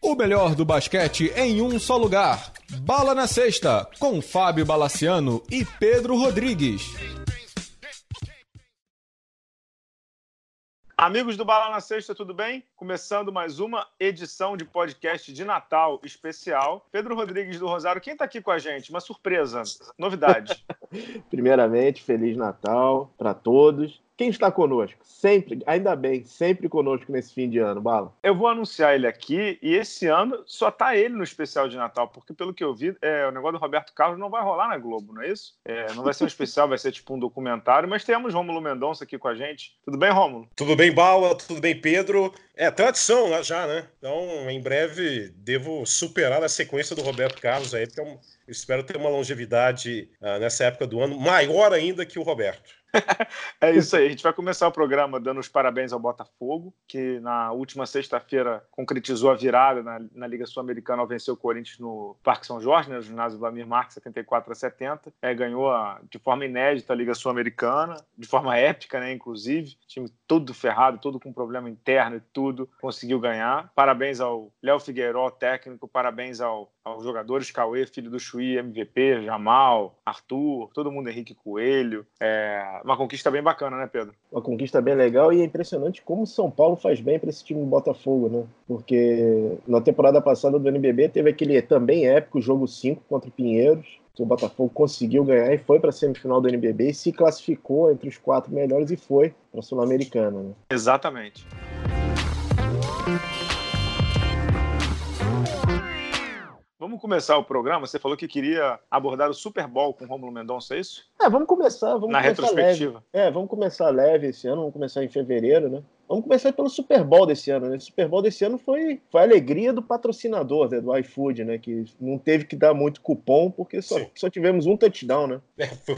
O melhor do basquete em um só lugar. Bala na Sexta, com Fábio Balaciano e Pedro Rodrigues. Amigos do Bala na Sexta, tudo bem? Começando mais uma edição de podcast de Natal especial. Pedro Rodrigues do Rosário, quem está aqui com a gente? Uma surpresa, novidade. Primeiramente, Feliz Natal para todos. Quem está conosco? Sempre, ainda bem, sempre conosco nesse fim de ano, Bala. Eu vou anunciar ele aqui e esse ano só tá ele no especial de Natal, porque pelo que eu vi, o negócio do Roberto Carlos não vai rolar na Globo, não é isso? Não vai ser um especial, vai ser tipo um documentário, mas temos Rômulo Mendonça aqui com a gente. Tudo bem, Rômulo? Tudo bem, Bala? Tudo bem, Pedro? Tradição já, né? Então, em breve, devo superar a sequência do Roberto Carlos aí, porque eu espero ter uma longevidade nessa época do ano maior ainda que o Roberto. É isso aí, a gente vai começar o programa dando os parabéns ao Botafogo, que na última sexta-feira concretizou a virada na Liga Sul-Americana ao vencer o Corinthians no Parque São Jorge, né, no ginásio Vladimir Marques, 74-70. Ganhou de forma inédita a Liga Sul-Americana, de forma épica, né, inclusive. Time todo ferrado, todo com problema interno e tudo, conseguiu ganhar. Parabéns ao Léo Figueiró, técnico, parabéns aos jogadores, Cauê, filho do Chuí, MVP, Jamal, Arthur, todo mundo, Henrique Coelho. Uma conquista bem bacana, né, Pedro? Uma conquista bem legal e é impressionante como o São Paulo faz bem para esse time do Botafogo, né? Porque na temporada passada do NBB teve aquele também épico jogo 5 contra o Pinheiros, que o Botafogo conseguiu ganhar e foi para a semifinal do NBB e se classificou entre os 4 melhores e foi para a Sul-Americana, né? Exatamente. Vamos começar o programa. Você falou que queria abordar o Super Bowl com o Rômulo Mendonça, é isso? Vamos começar. Na retrospectiva. Leve. Vamos começar leve esse ano, vamos começar em fevereiro, né? Vamos começar pelo Super Bowl desse ano, né? O Super Bowl desse ano foi a alegria do patrocinador, né, do iFood, né? Que não teve que dar muito cupom, porque só tivemos um touchdown, né?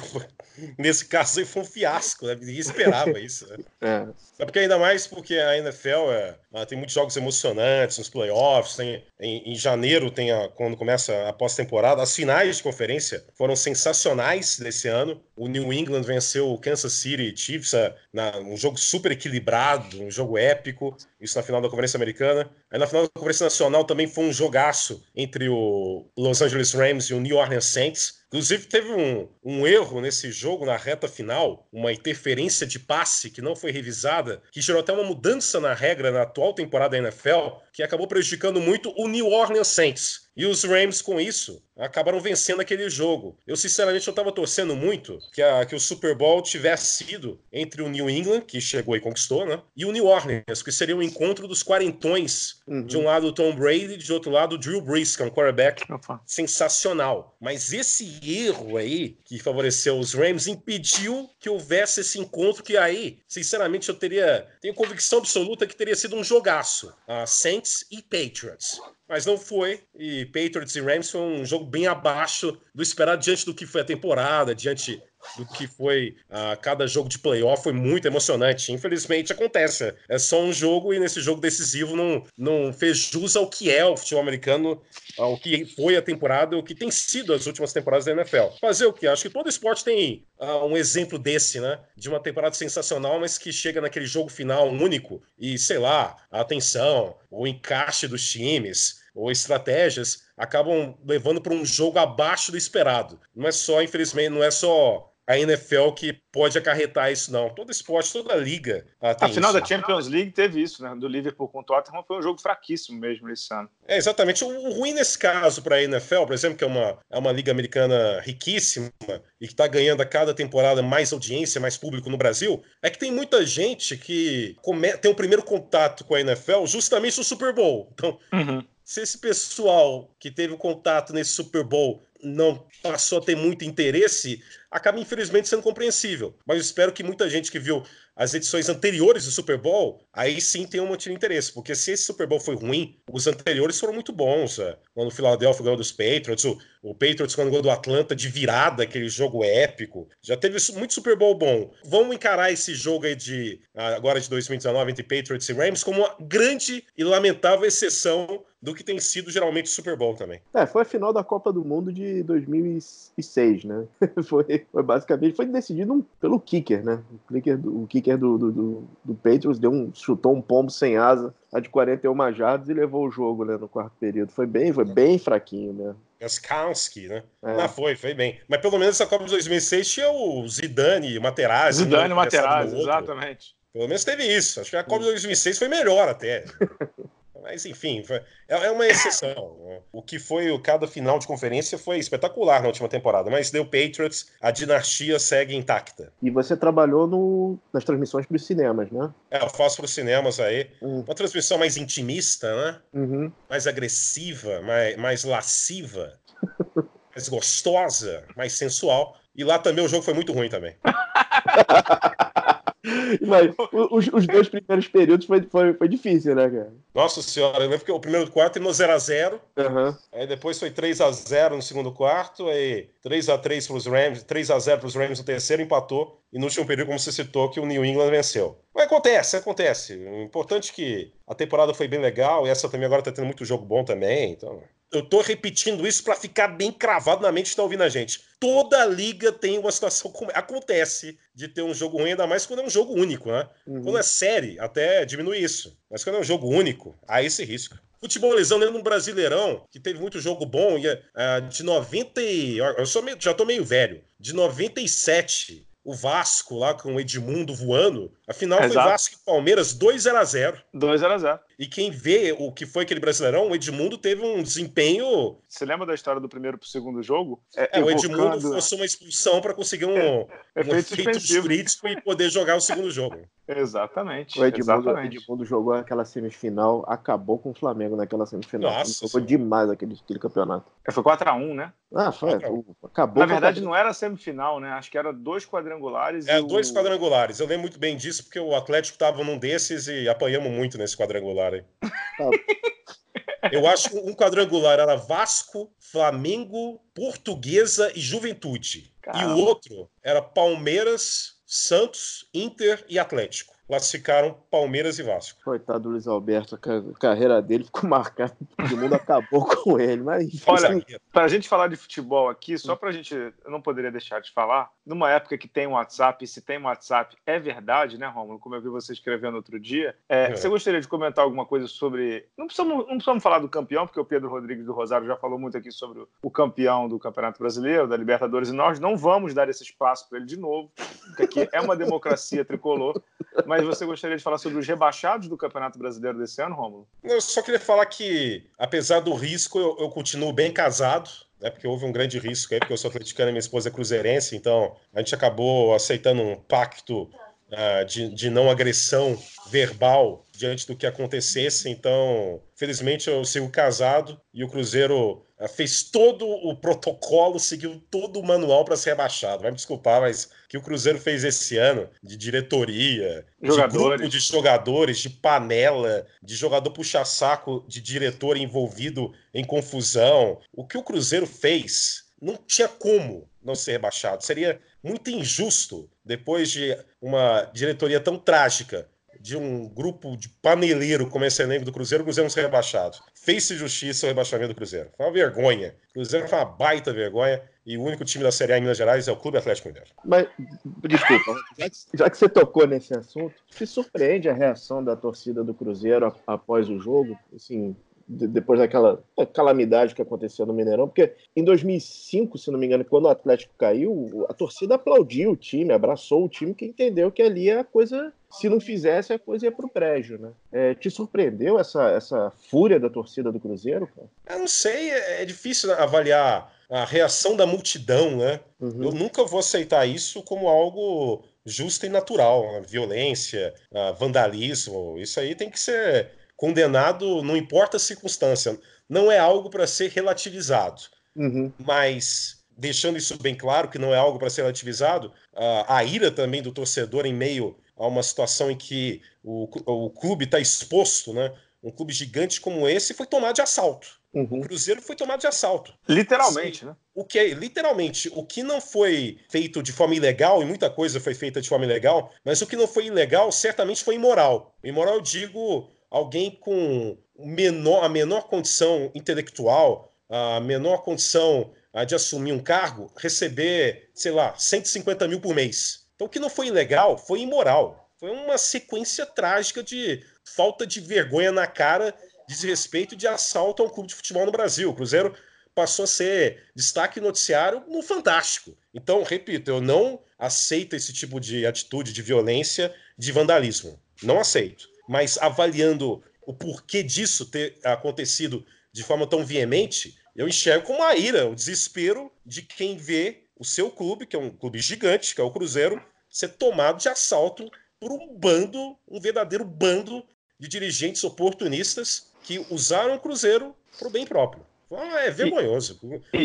Nesse caso aí foi um fiasco, né? Ninguém esperava isso, né? É porque ainda mais porque a NFL tem muitos jogos emocionantes nos playoffs, em janeiro quando começa a pós-temporada, as finais de conferência foram sensacionais desse ano. O New England venceu o Kansas City Chiefs, um jogo super equilibrado, um jogo épico, isso na final da Conferência Americana. Aí na final da Conferência Nacional também foi um jogaço entre o Los Angeles Rams e o New Orleans Saints. Inclusive teve um erro nesse jogo na reta final, uma interferência de passe que não foi revisada, que gerou até uma mudança na regra na atual temporada da NFL, que acabou prejudicando muito o New Orleans Saints. E os Rams, com isso, acabaram vencendo aquele jogo. Eu, sinceramente, eu estava torcendo muito que o Super Bowl tivesse sido entre o New England, que chegou e conquistou, né? E o New Orleans, que seria o encontro dos quarentões. De um lado o Tom Brady, de outro lado o Drew Brees, que é um quarterback sensacional. Mas esse erro aí, que favoreceu os Rams, impediu que houvesse esse encontro que aí, sinceramente, tenho convicção absoluta que teria sido um jogaço. Saints e Patriots. Mas não foi, e Patriots e Rams foi um jogo bem abaixo do esperado diante do que foi a temporada, diante do que foi cada jogo de playoff, foi muito emocionante. Infelizmente acontece, é só um jogo e nesse jogo decisivo não fez jus ao que é o futebol americano, ao que foi a temporada, o que tem sido as últimas temporadas da NFL. Fazer o quê? Acho que todo esporte tem um exemplo desse, né? De uma temporada sensacional, mas que chega naquele jogo final único e, sei lá, a atenção, o encaixe dos times ou estratégias acabam levando para um jogo abaixo do esperado. Não é só, infelizmente, não é só a NFL que pode acarretar isso, não. Todo esporte, toda liga tem A final isso. da Champions League teve isso, né? Do Liverpool com o Tottenham foi um jogo fraquíssimo mesmo esse ano. Exatamente. O ruim nesse caso para a NFL, por exemplo, que é uma liga americana riquíssima e que está ganhando a cada temporada mais audiência, mais público no Brasil, é que tem muita gente que tem o primeiro contato com a NFL justamente no Super Bowl. Então, se esse pessoal que teve o contato nesse Super Bowl não passou a ter muito interesse, acaba infelizmente sendo compreensível. Mas eu espero que muita gente que viu as edições anteriores do Super Bowl, aí sim tenha um motivo de interesse. Porque se esse Super Bowl foi ruim, os anteriores foram muito bons. Quando o Philadelphia ganhou dos Patriots, o Patriots quando ganhou do Atlanta de virada, aquele jogo épico. Já teve muito Super Bowl bom. Vamos encarar esse jogo aí agora de 2019 entre Patriots e Rams como uma grande e lamentável exceção do que tem sido geralmente o Super Bowl também. Foi a final da Copa do Mundo de de 2006, né? Foi basicamente decidido pelo kicker, né? O kicker do Patriots chutou um pombo sem asa, a de 41 jardas, e levou o jogo, né, no quarto período. Foi bem fraquinho, né? Skansky, né? Não, foi bem. Mas pelo menos essa Copa de 2006 tinha o Zidane e o Materazzi. Zidane e Materazzi, exatamente. Pelo menos teve isso. Acho que a Copa de 2006 foi melhor até. Mas, enfim, é uma exceção. O que foi cada final de conferência foi espetacular na última temporada, mas deu Patriots, a dinastia segue intacta. E você trabalhou nas transmissões para os cinemas, né? Eu faço para os cinemas aí. Uma transmissão mais intimista, né? Uhum. Mais agressiva, mais lasciva, mais gostosa, mais sensual. E lá também o jogo foi muito ruim também. Mas os 2 primeiros períodos foi difícil, né, cara? Nossa senhora, eu lembro que o primeiro quarto terminou 0-0. Uhum. Aí depois foi 3-0 no segundo quarto, aí 3-3 para os Rams, 3-0 para os Rams no terceiro, empatou. E no último período, como você citou, que o New England venceu. Mas acontece. O importante é que a temporada foi bem legal, e essa também agora tá tendo muito jogo bom também, então... Eu tô repetindo isso para ficar bem cravado na mente de tá ouvindo a gente. Toda liga tem uma situação como... Acontece de ter um jogo ruim, ainda mais quando é um jogo único, né? Uhum. Quando é série, até diminui isso. Mas quando é um jogo único, aí se risca. Futebolizão, lembro no Brasileirão, que teve muito jogo bom, de 90... já tô meio velho. De 97... O Vasco lá com o Edmundo voando. Afinal, foi Vasco e Palmeiras 2-0. 2-0. E quem vê o que foi aquele Brasileirão, o Edmundo teve um desempenho... Você lembra da história do primeiro pro segundo jogo? O Edmundo forçou uma expulsão para conseguir um efeito jurídico e poder jogar o segundo jogo. Exatamente. O Edmundo jogou aquela semifinal, acabou com o Flamengo naquela semifinal. Nossa, jogou demais aquele campeonato. Foi 4-1, né? Foi. Acabou. Na verdade, não era semifinal, né? Acho que era 2 quadrangulares. 2 quadrangulares. Eu lembro muito bem disso, porque o Atlético estava num desses e apanhamos muito nesse quadrangular aí. Eu acho que um quadrangular era Vasco, Flamengo, Portuguesa e Juventude. Caramba. E o outro era Palmeiras, Santos, Inter e Atlético. Classificaram Palmeiras e Vasco. Coitado do Luiz Alberto, a carreira dele ficou marcada, todo mundo acabou com ele. Mas... Olha, pra gente falar de futebol aqui, só pra gente, eu não poderia deixar de falar, numa época que tem um WhatsApp, e se tem um WhatsApp, é verdade, né, Rômulo? Como eu vi você escrevendo outro dia. Você gostaria de comentar alguma coisa sobre... Não precisamos falar do campeão, porque o Pedro Rodrigues do Rosário já falou muito aqui sobre o campeão do Campeonato Brasileiro, da Libertadores, e nós não vamos dar esse espaço para ele de novo, porque aqui é uma democracia tricolor. Mas você gostaria de falar sobre os rebaixados do Campeonato Brasileiro desse ano, Rômulo? Eu só queria falar que, apesar do risco, eu continuo bem casado, né, porque houve um grande risco aí, porque eu sou atleticano e minha esposa é cruzeirense, então a gente acabou aceitando um pacto de não agressão verbal diante do que acontecesse. Então, felizmente, eu sigo casado e o Cruzeiro fez todo o protocolo, seguiu todo o manual para ser rebaixado. Vai me desculpar, mas o que o Cruzeiro fez esse ano, de diretoria, de grupo de jogadores, de panela, de jogador puxa-saco, de diretor envolvido em confusão, o que o Cruzeiro fez não tinha como não ser rebaixado. Seria muito injusto, depois de uma diretoria tão trágica, de um grupo de paneleiro como esse elenco do Cruzeiro, o Cruzeiro não ser rebaixado. Fez-se justiça o rebaixamento do Cruzeiro. Foi uma vergonha. O Cruzeiro foi uma baita vergonha e o único time da Série A em Minas Gerais é o Clube Atlético Mineiro. Mas, desculpa, já que você tocou nesse assunto, te surpreende a reação da torcida do Cruzeiro após o jogo? Assim, depois daquela calamidade que aconteceu no Mineirão, porque em 2005, se não me engano, quando o Atlético caiu, a torcida aplaudiu o time, abraçou o time, que entendeu que ali a coisa, se não fizesse, a coisa ia pro prédio, né? Te surpreendeu essa fúria da torcida do Cruzeiro, cara? Eu não sei, é difícil avaliar a reação da multidão, né? Uhum. Eu nunca vou aceitar isso como algo justo e natural. Violência, vandalismo, isso aí tem que ser condenado, não importa a circunstância. Não é algo para ser relativizado. Uhum. Mas, deixando isso bem claro, que não é algo para ser relativizado, a ira também do torcedor em meio a uma situação em que o clube está exposto, né? Um clube gigante como esse foi tomado de assalto. Uhum. O Cruzeiro foi tomado de assalto. Literalmente, né? Literalmente, o que não foi feito de forma ilegal, e muita coisa foi feita de forma ilegal, mas o que não foi ilegal certamente foi imoral. Imoral, eu digo, alguém com a menor condição intelectual, a menor condição de assumir um cargo, receber, sei lá, 150 mil por mês. Então, o que não foi ilegal, foi imoral. Foi uma sequência trágica de falta de vergonha na cara, desrespeito e de assalto a um clube de futebol no Brasil. O Cruzeiro passou a ser destaque noticiário no Fantástico. Então, repito, eu não aceito esse tipo de atitude de violência, de vandalismo. Não aceito. Mas avaliando o porquê disso ter acontecido de forma tão veemente, eu enxergo com uma ira, o desespero de quem vê o seu clube, que é um clube gigante, que é o Cruzeiro, ser tomado de assalto por um verdadeiro bando de dirigentes oportunistas que usaram o Cruzeiro para o bem próprio. É vergonhoso.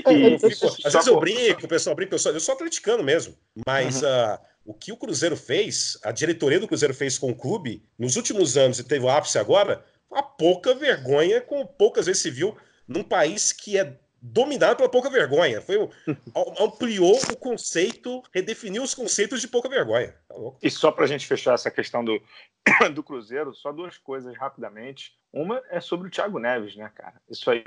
Às vezes eu brinco, o pessoal brinca, eu sou atleticano mesmo, mas o que o Cruzeiro fez, a diretoria do Cruzeiro fez com o clube, nos últimos anos, e teve o ápice agora, a pouca vergonha, como poucas vezes se viu, num país que é dominado pela pouca vergonha. Ampliou o conceito, redefiniu os conceitos de pouca vergonha. Tá louco? E só para a gente fechar essa questão do Cruzeiro, só duas coisas rapidamente. Uma é sobre o Thiago Neves, né, cara? Isso aí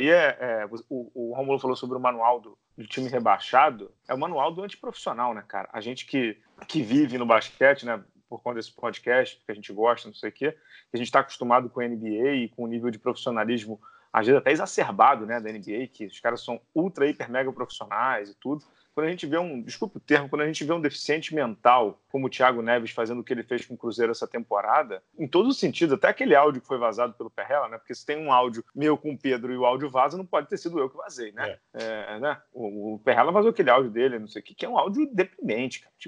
o Rômulo falou sobre o manual do time rebaixado, é o manual do antiprofissional, né, cara? A gente que vive no basquete, né, por conta desse podcast, que a gente gosta, não sei o quê, que a gente está acostumado com a NBA e com o nível de profissionalismo, às vezes até exacerbado, né, da NBA, que os caras são ultra, hiper, mega profissionais e tudo. Quando a gente vê desculpa o termo, quando a gente vê um deficiente mental, como o Thiago Neves fazendo o que ele fez com o Cruzeiro essa temporada, em todos os sentidos, até aquele áudio que foi vazado pelo Perrella, né? Porque se tem um áudio meu com o Pedro e o áudio vaza, não pode ter sido eu que vazei, né? Né? O Perrella vazou aquele áudio dele, não sei o que é um áudio deprimente, cara.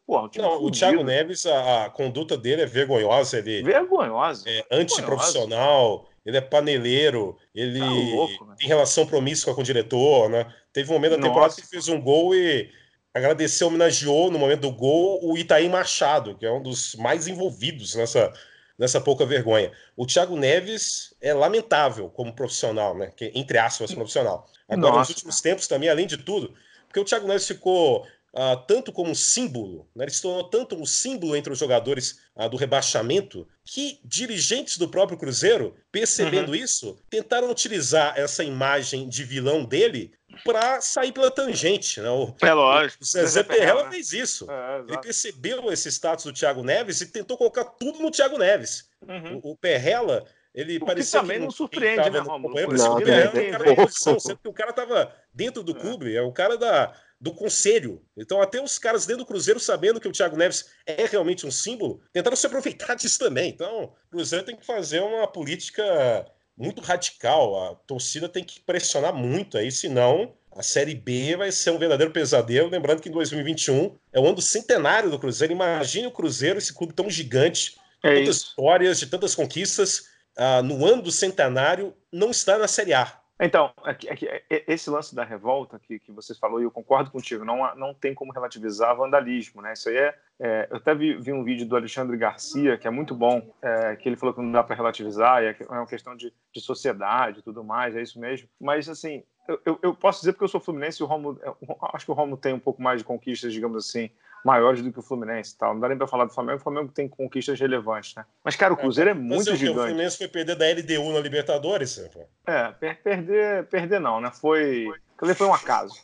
O Thiago Neves, a conduta dele é vergonhosa. Vergonhosa. É antiprofissional, ele é paneleiro, ele tem relação promíscua com o diretor, né? Teve um momento da temporada que fez um gol e agradeceu, homenageou no momento do gol o Itaí Machado, que é um dos mais envolvidos nessa pouca vergonha. O Thiago Neves é lamentável como profissional, né? Que, entre aspas, profissional. Agora, nos últimos tempos também, além de tudo, porque o Thiago Neves ficou tanto como um símbolo, né? Ele se tornou tanto um símbolo entre os jogadores do rebaixamento, que dirigentes do próprio Cruzeiro, percebendo isso, tentaram utilizar essa imagem de vilão dele para sair pela tangente, né? Lógico. O Zé Perrella fez isso. Ele percebeu esse status do Thiago Neves e tentou colocar tudo no Thiago Neves. O Perrella, ele parecia também que não surpreende, né, Romulo? Parecia que o Perrella era um cara da posição, sendo que o cara estava dentro do clube, é o cara do conselho. Então, até os caras dentro do Cruzeiro, sabendo que o Thiago Neves é realmente um símbolo, tentaram se aproveitar disso também. Então, o Cruzeiro tem que fazer uma política muito radical. A torcida tem que pressionar muito aí, senão a Série B vai ser um verdadeiro pesadelo. Lembrando que em 2021 é o ano do centenário do Cruzeiro. Imagine o Cruzeiro, esse clube tão gigante, tantas histórias, de tantas conquistas, no ano do centenário, não está na Série A. Então, esse lance da revolta que você falou, e eu concordo contigo, não tem como relativizar vandalismo, né? Isso aí eu até vi um vídeo do Alexandre Garcia, que é muito bom, que ele falou que não dá para relativizar, é uma questão de sociedade e tudo mais, é isso mesmo. Mas, assim, eu posso dizer porque eu sou fluminense e acho que o Romulo tem um pouco mais de conquistas, digamos assim, maiores do que o Fluminense. Tal. Não dá nem para falar do Flamengo, o Flamengo tem conquistas relevantes, né? Mas, cara, o Cruzeiro é muito gigante. O Fluminense foi perder da LDU na Libertadores? Pô. Perder não, né? Aquilo foi um acaso.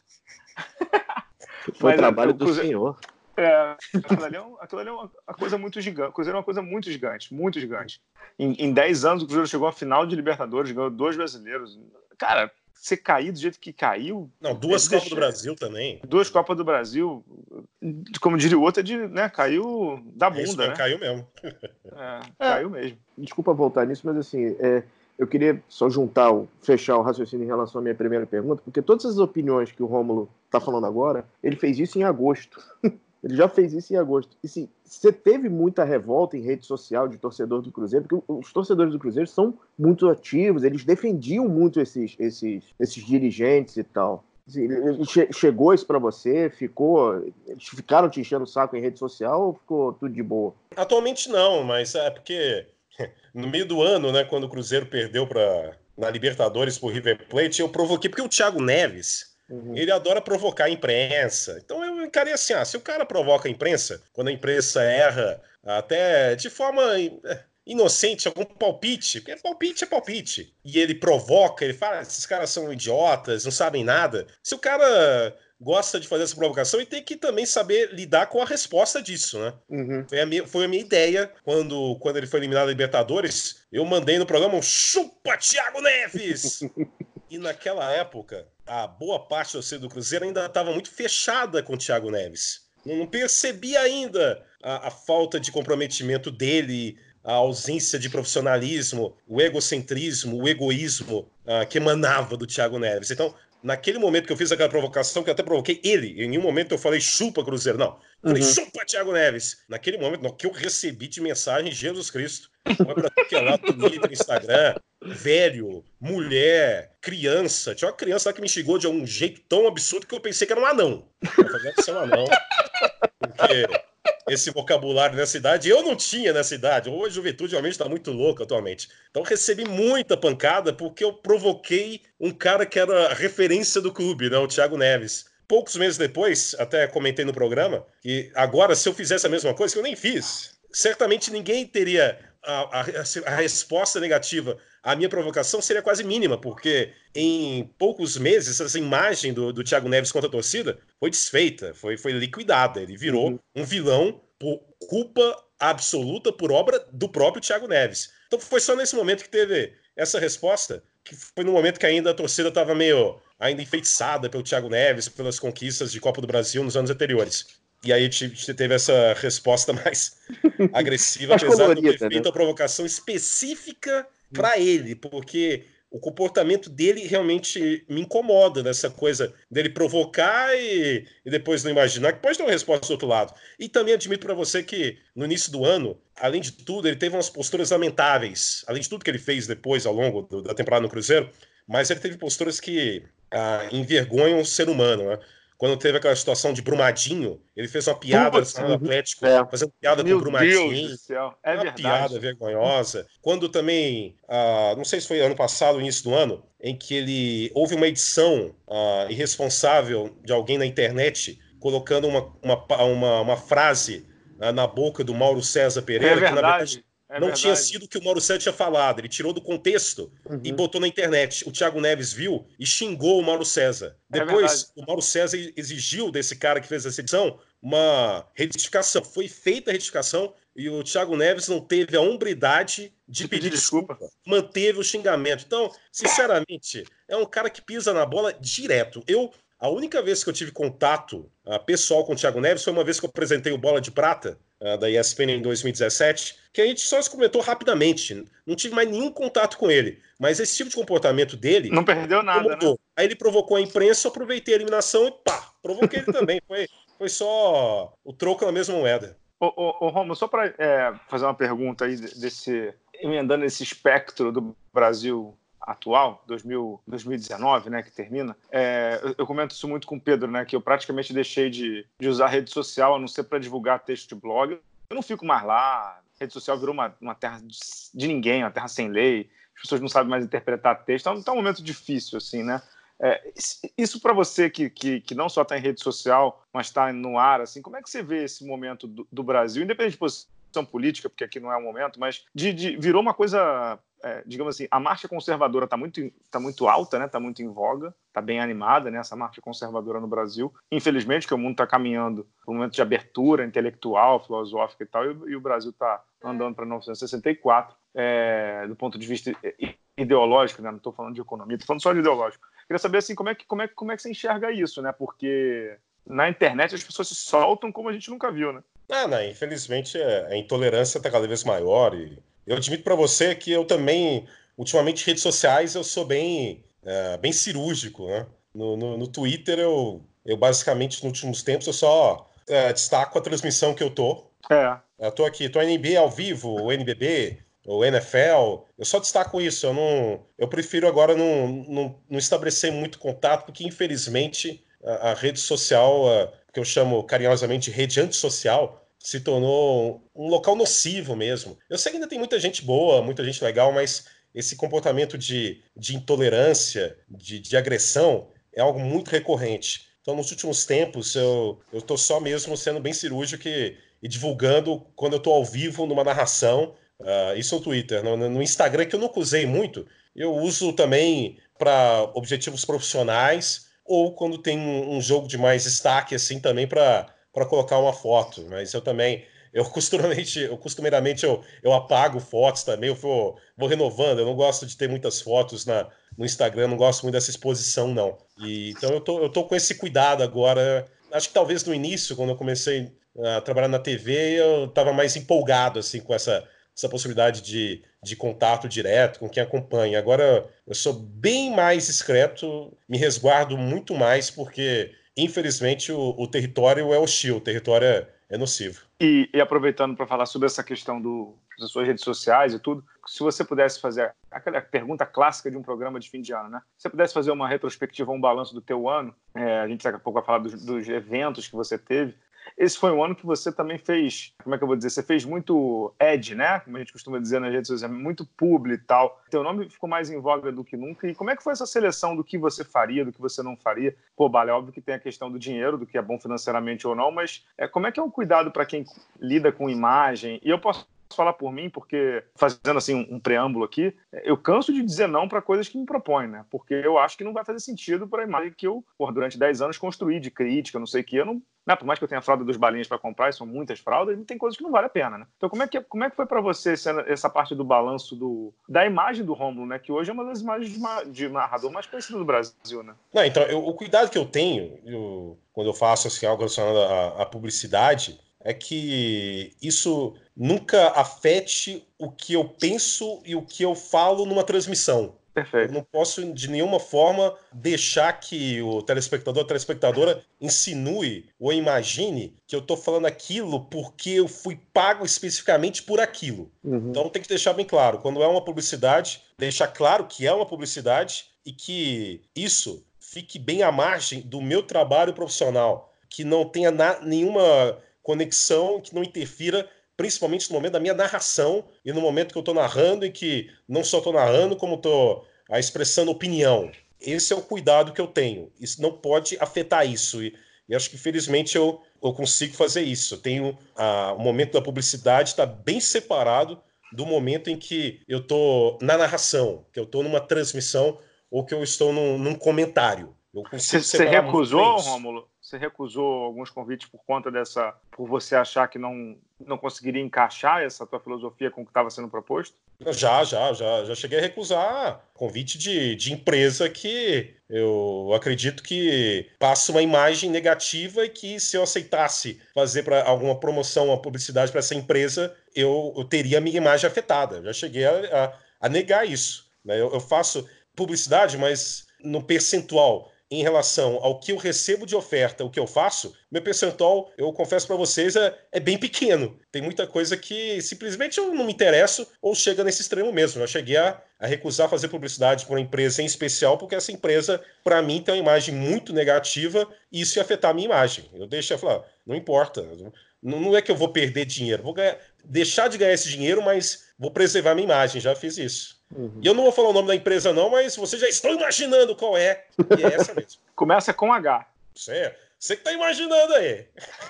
Foi trabalho do senhor. Aquilo ali é uma coisa muito gigante. O Cruzeiro é uma coisa muito gigante, muito gigante. Em 10 anos, o Cruzeiro chegou à final de Libertadores, ganhou 2 brasileiros. Cara, você cair do jeito que caiu... Não, 2 Copas do Brasil também. 2 Copas do Brasil, como diria o outro, caiu da bunda, isso, né? Caiu mesmo. Caiu mesmo. Desculpa voltar nisso, mas assim, eu queria só fechar o raciocínio em relação à minha primeira pergunta, porque todas as opiniões que o Rômulo está falando agora, ele fez isso em agosto. Ele já fez isso em agosto. E sim, você teve muita revolta em rede social de torcedor do Cruzeiro, porque os torcedores do Cruzeiro são muito ativos, eles defendiam muito esses dirigentes e tal. Assim, chegou isso pra você? Eles ficaram te enchendo o saco em rede social ou ficou tudo de boa? Atualmente não, mas é porque no meio do ano, né, quando o Cruzeiro perdeu na Libertadores pro River Plate, eu provoquei, porque o Thiago Neves... Ele adora provocar a imprensa. Então eu encarei assim, se o cara provoca a imprensa, quando a imprensa erra, até de forma inocente, algum palpite, porque palpite é palpite. E ele provoca, ele fala, esses caras são idiotas, não sabem nada. Se o cara gosta de fazer essa provocação, ele tem que também saber lidar com a resposta disso, né? Uhum. Foi a minha ideia quando ele foi eliminado da Libertadores. Eu mandei no programa um chupa Thiago Neves! E naquela época, a boa parte da torcida do Cruzeiro ainda estava muito fechada com o Thiago Neves. Não percebia ainda a falta de comprometimento dele, a ausência de profissionalismo, o egocentrismo, o egoísmo que emanava do Thiago Neves. Então, naquele momento que eu fiz aquela provocação, que eu até provoquei ele, em nenhum momento eu falei chupa Cruzeiro, não. Eu falei chupa Thiago Neves. Naquele momento, no que eu recebi de mensagem, Jesus Cristo. Foi pra tudo que é lá, Twitter, Instagram, velho, mulher, criança. Tinha uma criança lá que me xingou de um jeito tão absurdo que eu pensei que era um anão. Eu falei, deve ser um anão. Porque esse vocabulário nessa idade, eu não tinha nessa idade. Hoje a juventude realmente está muito louca atualmente. Então recebi muita pancada porque eu provoquei um cara que era a referência do clube, né, o Thiago Neves. Poucos meses depois, até comentei no programa, que agora se eu fizesse a mesma coisa, que eu nem fiz, certamente ninguém teria a resposta negativa à minha provocação seria quase mínima, porque em poucos meses essa imagem do Thiago Neves contra a torcida foi desfeita, foi liquidada. Ele virou um vilão por culpa absoluta, por obra do próprio Thiago Neves. Então foi só nesse momento que teve essa resposta, que foi no momento que ainda a torcida estava meio ainda enfeitiçada pelo Thiago Neves, pelas conquistas de Copa do Brasil nos anos anteriores. E aí a gente teve essa resposta mais agressiva, apesar de eu ter feito a provocação específica para ele, porque o comportamento dele realmente me incomoda, nessa coisa dele provocar e depois não imaginar que pode ter uma resposta do outro lado. E também admito para você que no início do ano, além de tudo, ele teve umas posturas lamentáveis, além de tudo que ele fez depois ao longo da temporada no Cruzeiro, mas ele teve posturas que envergonham o ser humano, né? Quando teve aquela situação de Brumadinho, ele fez uma piada no Atlético, fazendo piada com o Brumadinho. Deus do céu. É uma verdade. Piada vergonhosa. Quando também, não sei se foi ano passado, início do ano, em que houve uma edição irresponsável de alguém na internet colocando uma frase na boca do Mauro César Pereira, que na verdade não tinha sido o que o Mauro César tinha falado. Ele tirou do contexto e botou na internet. O Thiago Neves viu e xingou o Mauro César. Depois, o Mauro César exigiu desse cara que fez essa edição uma retificação. Foi feita a retificação e o Thiago Neves não teve a hombridade de pedir desculpa. Manteve o xingamento. Então, sinceramente, é um cara que pisa na bola direto. A única vez que eu tive contato pessoal com o Thiago Neves foi uma vez que eu apresentei o Bola de Prata da ESPN em 2017, que a gente só se comentou rapidamente. Não tive mais nenhum contato com ele. Mas esse tipo de comportamento dele... Não perdeu nada, né? Aí ele provocou a imprensa, eu aproveitei a eliminação e provoquei ele também. Foi só o troco na mesma moeda. Ô Romulo, só para fazer uma pergunta aí, emendando esse espectro do Brasil atual, 2019, né, que termina, eu comento isso muito com o Pedro, né, que eu praticamente deixei de usar rede social, a não ser para divulgar texto de blog. Eu não fico mais lá, a rede social virou uma terra de ninguém, uma terra sem lei, as pessoas não sabem mais interpretar texto, então tá um momento difícil, assim, né? Isso para você que não só está em rede social, mas está no ar, assim, como é que você vê esse momento do Brasil, independente de posição política, porque aqui não é o momento, mas virou uma coisa... digamos assim, a marcha conservadora está muito alta, né? Está muito em voga, está bem animada, né? Essa marcha conservadora no Brasil. Infelizmente, que o mundo está caminhando para um momento de abertura intelectual, filosófica e tal, e o Brasil está andando para 1964, do ponto de vista ideológico, né? Não estou falando de economia, estou falando só de ideológico. Queria saber assim, como é que você enxerga isso, né? Porque na internet as pessoas se soltam como a gente nunca viu, né? Não, infelizmente a intolerância está cada vez maior e eu admito para você que eu também, ultimamente, redes sociais, eu sou bem cirúrgico, né? No Twitter, eu basicamente, nos últimos tempos, eu só destaco a transmissão que eu tô. Eu tô aqui, tô NBA ao vivo, o NBB, o NFL, eu só destaco isso. Eu prefiro agora não estabelecer muito contato, porque, infelizmente, a rede social, que eu chamo carinhosamente de rede antissocial, se tornou um local nocivo mesmo. Eu sei que ainda tem muita gente boa, muita gente legal, mas esse comportamento de intolerância, de agressão, é algo muito recorrente. Então, nos últimos tempos, eu estou só mesmo sendo bem cirúrgico e divulgando quando eu estou ao vivo numa narração, Isso no Twitter. No Instagram, que eu nunca usei muito, eu uso também para objetivos profissionais ou quando tem um jogo de mais destaque, assim, também para colocar uma foto. Mas eu também, costumeiramente eu apago fotos também, eu vou renovando. Eu não gosto de ter muitas fotos no Instagram, não gosto muito dessa exposição, não. Então eu tô com esse cuidado agora. Acho que talvez no início, quando eu comecei a trabalhar na TV, eu estava mais empolgado assim, com essa possibilidade de contato direto com quem acompanha. Agora eu sou bem mais discreto, me resguardo muito mais, porque infelizmente o território é hostil, o território é nocivo. E aproveitando para falar sobre essa questão das suas redes sociais e tudo, se você pudesse fazer aquela pergunta clássica de um programa de fim de ano, né? Se você pudesse fazer uma retrospectiva, um balanço do teu ano, a gente daqui a pouco vai falar dos eventos que você teve. Esse foi um ano que você também fez, como é que eu vou dizer? Você fez muito ad, né? Como a gente costuma dizer nas redes sociais, muito publi e tal. Teu nome ficou mais em voga do que nunca. E como é que foi essa seleção do que você faria, do que você não faria? Pô, Bala, é óbvio que tem a questão do dinheiro, do que é bom financeiramente ou não, mas como é que é um cuidado para quem lida com imagem? E eu posso falar por mim, porque, fazendo assim um preâmbulo aqui, eu canso de dizer não para coisas que me propõem, né? Porque eu acho que não vai fazer sentido para a imagem que eu, durante 10 anos, construí de crítica, não sei o que, eu não... Por mais que eu tenha a fralda dos balinhas para comprar, e são muitas fraldas, tem coisas que não vale a pena, né? Então, como é que foi para você essa parte do balanço da imagem do Rômulo, né? Que hoje é uma das imagens de narrador mais conhecidas do Brasil, né? Não, então, o cuidado que eu tenho, quando eu faço assim, algo relacionado à publicidade, é que isso nunca afete o que eu penso e o que eu falo numa transmissão. Perfeito. Eu não posso, de nenhuma forma, deixar que o telespectador, a telespectadora insinue ou imagine que eu estou falando aquilo porque eu fui pago especificamente por aquilo. Uhum. Então tem que deixar bem claro. Quando é uma publicidade, deixar claro que é uma publicidade e que isso fique bem à margem do meu trabalho profissional, que não tenha nenhuma conexão, que não interfira principalmente no momento da minha narração e no momento que eu estou narrando e que não só estou narrando, como estou expressando opinião. Esse é o cuidado que eu tenho. Isso não pode afetar isso. E acho que, felizmente, eu consigo fazer isso. Eu tenho o momento da publicidade está bem separado do momento em que eu estou na narração, que eu estou numa transmissão ou que eu estou num comentário. Eu consigo separar muito bem isso. Você recusou, Rômulo? Você recusou alguns convites por você achar que não conseguiria encaixar essa tua filosofia com o que estava sendo proposto? Já cheguei a recusar convite de empresa que eu acredito que passa uma imagem negativa e que se eu aceitasse fazer para alguma promoção, uma publicidade para essa empresa, eu teria a minha imagem afetada. Já cheguei a negar isso, né? Eu faço publicidade, mas no percentual em relação ao que eu recebo de oferta, o que eu faço, meu percentual, eu confesso para vocês, é bem pequeno. Tem muita coisa que simplesmente eu não me interesso ou chega nesse extremo mesmo. Eu cheguei a recusar fazer publicidade para uma empresa em especial porque essa empresa, para mim, tem uma imagem muito negativa e isso ia afetar a minha imagem. Eu deixei falar, não importa, não é que eu vou perder dinheiro, vou deixar de ganhar esse dinheiro, mas vou preservar a minha imagem, já fiz isso. Uhum. E eu não vou falar o nome da empresa não, mas vocês já estão imaginando qual é. E é essa mesmo. Começa com H. Você que está imaginando aí.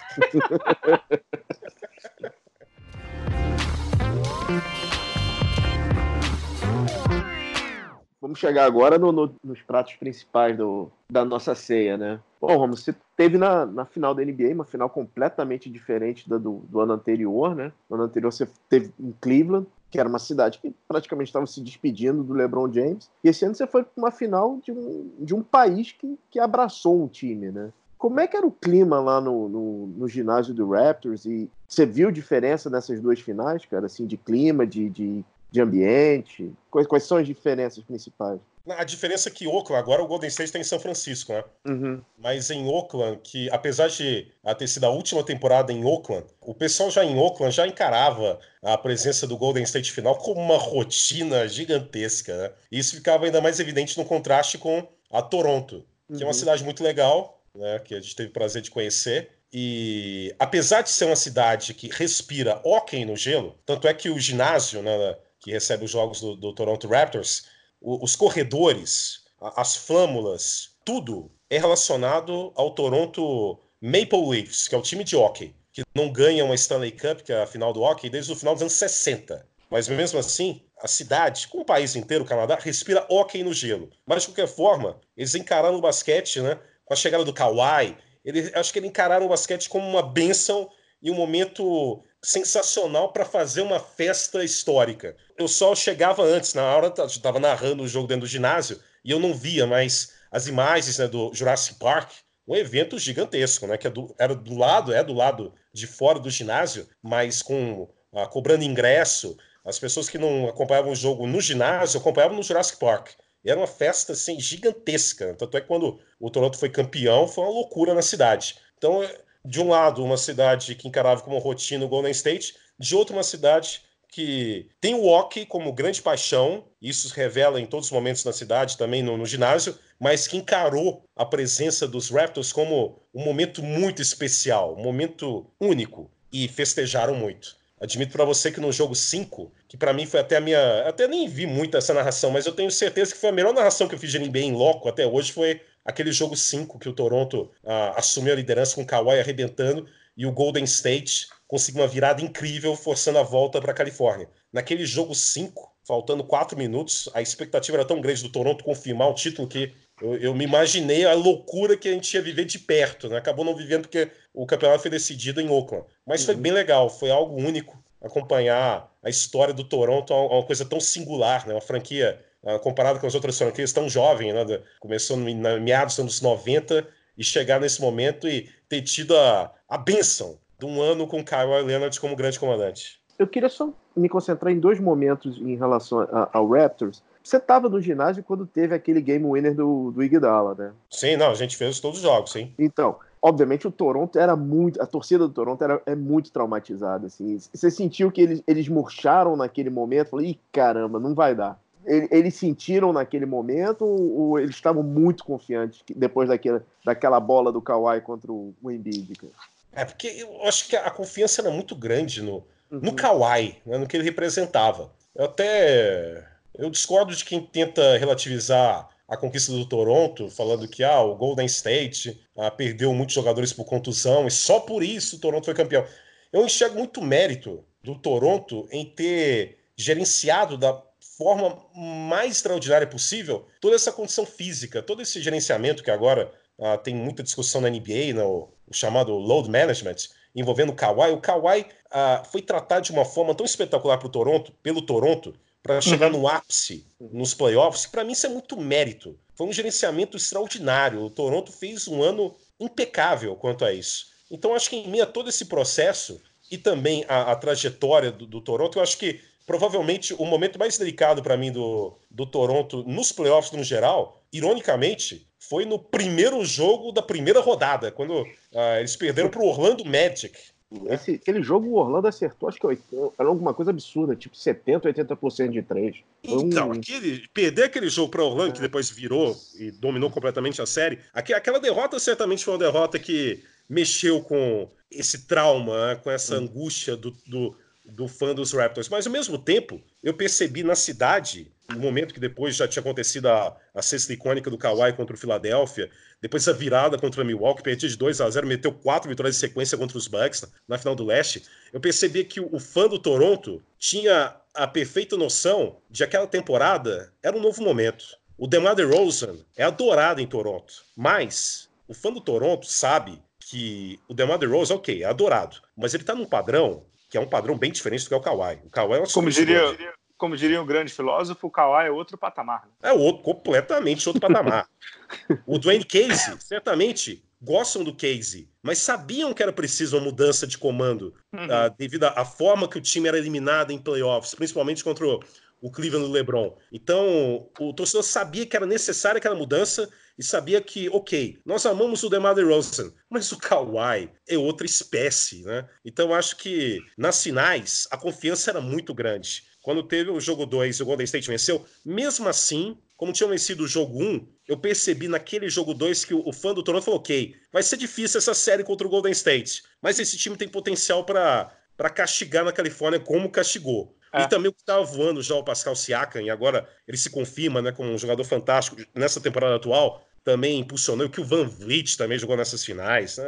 Vamos chegar agora nos pratos principais da nossa ceia, né? Bom, Romulo, você teve na final da NBA, uma final completamente diferente do ano anterior, né? No ano anterior você teve em Cleveland, que era uma cidade que praticamente estava se despedindo do LeBron James. E esse ano você foi para uma final de um país que abraçou um time, né? Como é que era o clima lá no ginásio do Raptors? E você viu diferença nessas duas finais, cara? Assim, de clima, de ambiente? Quais são as diferenças principais? A diferença é que Oakland, agora o Golden State está em São Francisco, né? Uhum. Mas em Oakland, que apesar de ter sido a última temporada em Oakland, o pessoal já em Oakland já encarava a presença do Golden State final como uma rotina gigantesca, né? E isso ficava ainda mais evidente no contraste com a Toronto, que é uma cidade muito legal, né? Que a gente teve o prazer de conhecer. E apesar de ser uma cidade que respira hóquei no gelo, tanto é que o ginásio, né, que recebe os jogos do Toronto Raptors, os corredores, as flâmulas, tudo é relacionado ao Toronto Maple Leafs, que é o time de hóquei, que não ganha uma Stanley Cup, que é a final do hóquei, desde o final dos anos 60. Mas mesmo assim, a cidade, como o país inteiro, o Canadá, respira hóquei no gelo. Mas, de qualquer forma, eles encararam o basquete, né? Com a chegada do Kawhi, acho que eles encararam o basquete como uma bênção e um momento sensacional para fazer uma festa histórica. Eu só chegava antes, na hora eu estava narrando o jogo dentro do ginásio, e eu não via mais as imagens, né, do Jurassic Park, um evento gigantesco, né? Que era do lado de fora do ginásio, mas cobrando ingresso. As pessoas que não acompanhavam o jogo no ginásio acompanhavam no Jurassic Park. E era uma festa assim, gigantesca. Tanto é que quando o Toronto foi campeão, foi uma loucura na cidade. Então, de um lado, uma cidade que encarava como rotina o Golden State, de outro, uma cidade que tem o hockey como grande paixão, isso se revela em todos os momentos na cidade, também no ginásio, mas que encarou a presença dos Raptors como um momento muito especial, um momento único, e festejaram muito. Admito para você que no jogo 5, que para mim foi até nem vi muito essa narração, mas eu tenho certeza que foi a melhor narração que eu fiz de NBA em loco até hoje, foi aquele jogo 5 que o Toronto assumiu a liderança com o Kawhi arrebentando e o Golden State conseguiu uma virada incrível, forçando a volta para a Califórnia. Naquele jogo 5, faltando 4 minutos, a expectativa era tão grande do Toronto confirmar o título que eu me imaginei a loucura que a gente ia viver de perto, né? Acabou não vivendo porque o campeonato foi decidido em Oakland. Mas foi bem legal, foi algo único acompanhar a história do Toronto, uma coisa tão singular, né? Uma franquia, comparada com as outras franquias, tão jovem, né? Começou em meados dos anos 90 e chegar nesse momento e ter tido a bênção de um ano com Kawhi Leonard como grande comandante. Eu queria só me concentrar em 2 momentos em relação ao Raptors. Você estava no ginásio quando teve aquele game winner do Iguodala, né? Sim, não, a gente fez todos os jogos, sim. Então, obviamente o Toronto a torcida do Toronto é muito traumatizada, assim. Você sentiu que eles murcharam naquele momento? Falei, ih, caramba, não vai dar. Eles sentiram naquele momento ou eles estavam muito confiantes depois daquela bola do Kawhi contra o Embiid? Porque eu acho que a confiança era muito grande no Kawhi, né, no que ele representava. Eu discordo de quem tenta relativizar a conquista do Toronto, falando que o Golden State perdeu muitos jogadores por contusão e só por isso o Toronto foi campeão. Eu enxergo muito mérito do Toronto em ter gerenciado da forma mais extraordinária possível toda essa condição física, todo esse gerenciamento que agora tem muita discussão na NBA, o chamado load management, envolvendo o Kawhi. O Kawhi foi tratado de uma forma tão espetacular pelo Toronto, para chegar no ápice, nos playoffs. Para mim isso é muito mérito. Foi um gerenciamento extraordinário. O Toronto fez um ano impecável quanto a isso. Então acho que em meio a todo esse processo e também a trajetória do Toronto, eu acho que provavelmente o momento mais delicado para mim do Toronto nos playoffs no geral, ironicamente, foi no primeiro jogo da primeira rodada, quando eles perderam para o Orlando Magic. Aquele jogo o Orlando acertou, acho que era alguma coisa absurda, tipo 70%, 80% de 3. Então, perder aquele jogo para Orlando, que depois virou e dominou completamente a série, aquela derrota certamente foi uma derrota que mexeu com esse trauma, né, com essa angústia do fã dos Raptors. Mas, ao mesmo tempo, eu percebi na cidade, no momento que depois já tinha acontecido a cesta icônica do Kawhi contra o Philadelphia, depois a virada contra o Milwaukee, perdia de 2-0, meteu 4 vitórias de sequência contra os Bucks na final do Leste, eu percebi que o fã do Toronto tinha a perfeita noção de aquela temporada era um novo momento. O DeMar DeRozan é adorado em Toronto, mas o fã do Toronto sabe que o DeMar DeRozan, ok, é adorado, mas ele tá num padrão que é um padrão bem diferente do que é o Kawhi. O Kawhi é uma Como diria um grande filósofo, o Kawhi é outro patamar. Né? Completamente outro patamar. O Dwayne Casey, certamente, gostam do Casey, mas sabiam que era preciso uma mudança de comando devido à forma que o time era eliminado em playoffs, principalmente contra o Cleveland do LeBron. Então, o torcedor sabia que era necessária aquela mudança e sabia que, ok, nós amamos o DeMar DeRozan, mas o Kawhi é outra espécie, né? Então, acho que nas finais a confiança era muito grande. Quando teve o jogo 2 e o Golden State venceu, mesmo assim, como tinham vencido o jogo 1, eu percebi naquele jogo 2 que o fã do Toronto falou, ok, vai ser difícil essa série contra o Golden State, mas esse time tem potencial para castigar na Califórnia como castigou. E também o que estava voando já o Pascal Siakam, e agora ele se confirma, né, como um jogador fantástico nessa temporada atual, também impulsionou, que o Van Vliet também jogou nessas finais. Né?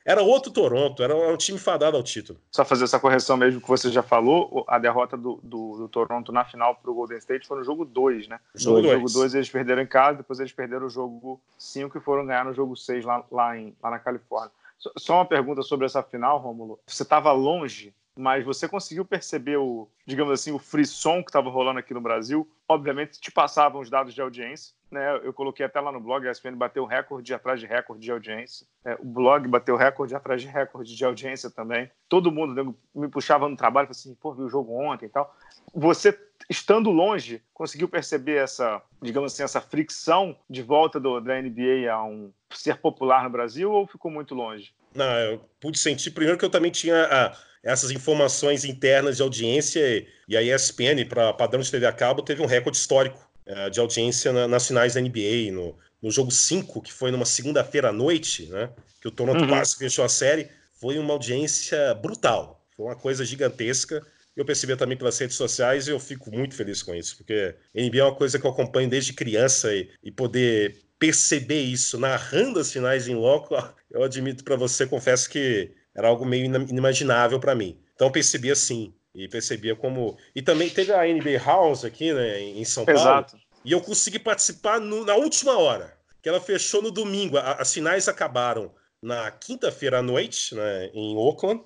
era outro Toronto, era um time fadado ao título. Só fazer essa correção mesmo que você já falou, a derrota do Toronto na final para o Golden State foi no jogo 2, né? No jogo 2 eles perderam em casa, depois eles perderam o jogo 5 e foram ganhar no jogo 6 lá na Califórnia. Só uma pergunta sobre essa final, Rômulo. Você estava longe, mas você conseguiu perceber digamos assim, o frisson que estava rolando aqui no Brasil? Obviamente te passavam os dados de audiência, né? Eu coloquei até lá no blog, a ESPN bateu recorde atrás de recorde de audiência. O blog bateu recorde atrás de recorde de audiência também. Todo mundo me puxava no trabalho e falava assim, pô, vi o jogo ontem e tal. Você, estando longe, conseguiu perceber essa, digamos assim, essa fricção de volta da NBA a ser popular no Brasil, ou ficou muito longe? Não, eu pude sentir, primeiro que eu também tinha essas informações internas de audiência, e a ESPN, para padrão de TV a cabo, teve um recorde histórico de audiência nas finais da NBA, no jogo 5, que foi numa segunda-feira à noite, né, que o Toronto quase fechou a série, foi uma audiência brutal, foi uma coisa gigantesca. Eu percebi também pelas redes sociais e eu fico muito feliz com isso, porque a NBA é uma coisa que eu acompanho desde criança e poder perceber isso narrando as finais em loco, eu admito para você, confesso que era algo meio inimaginável para mim. Então eu percebi assim, e percebia como... E também teve a NBA House aqui, né, em São Paulo. Exato. E eu consegui participar na última hora, que ela fechou no domingo. As finais acabaram na quinta-feira à noite, né, em Oakland.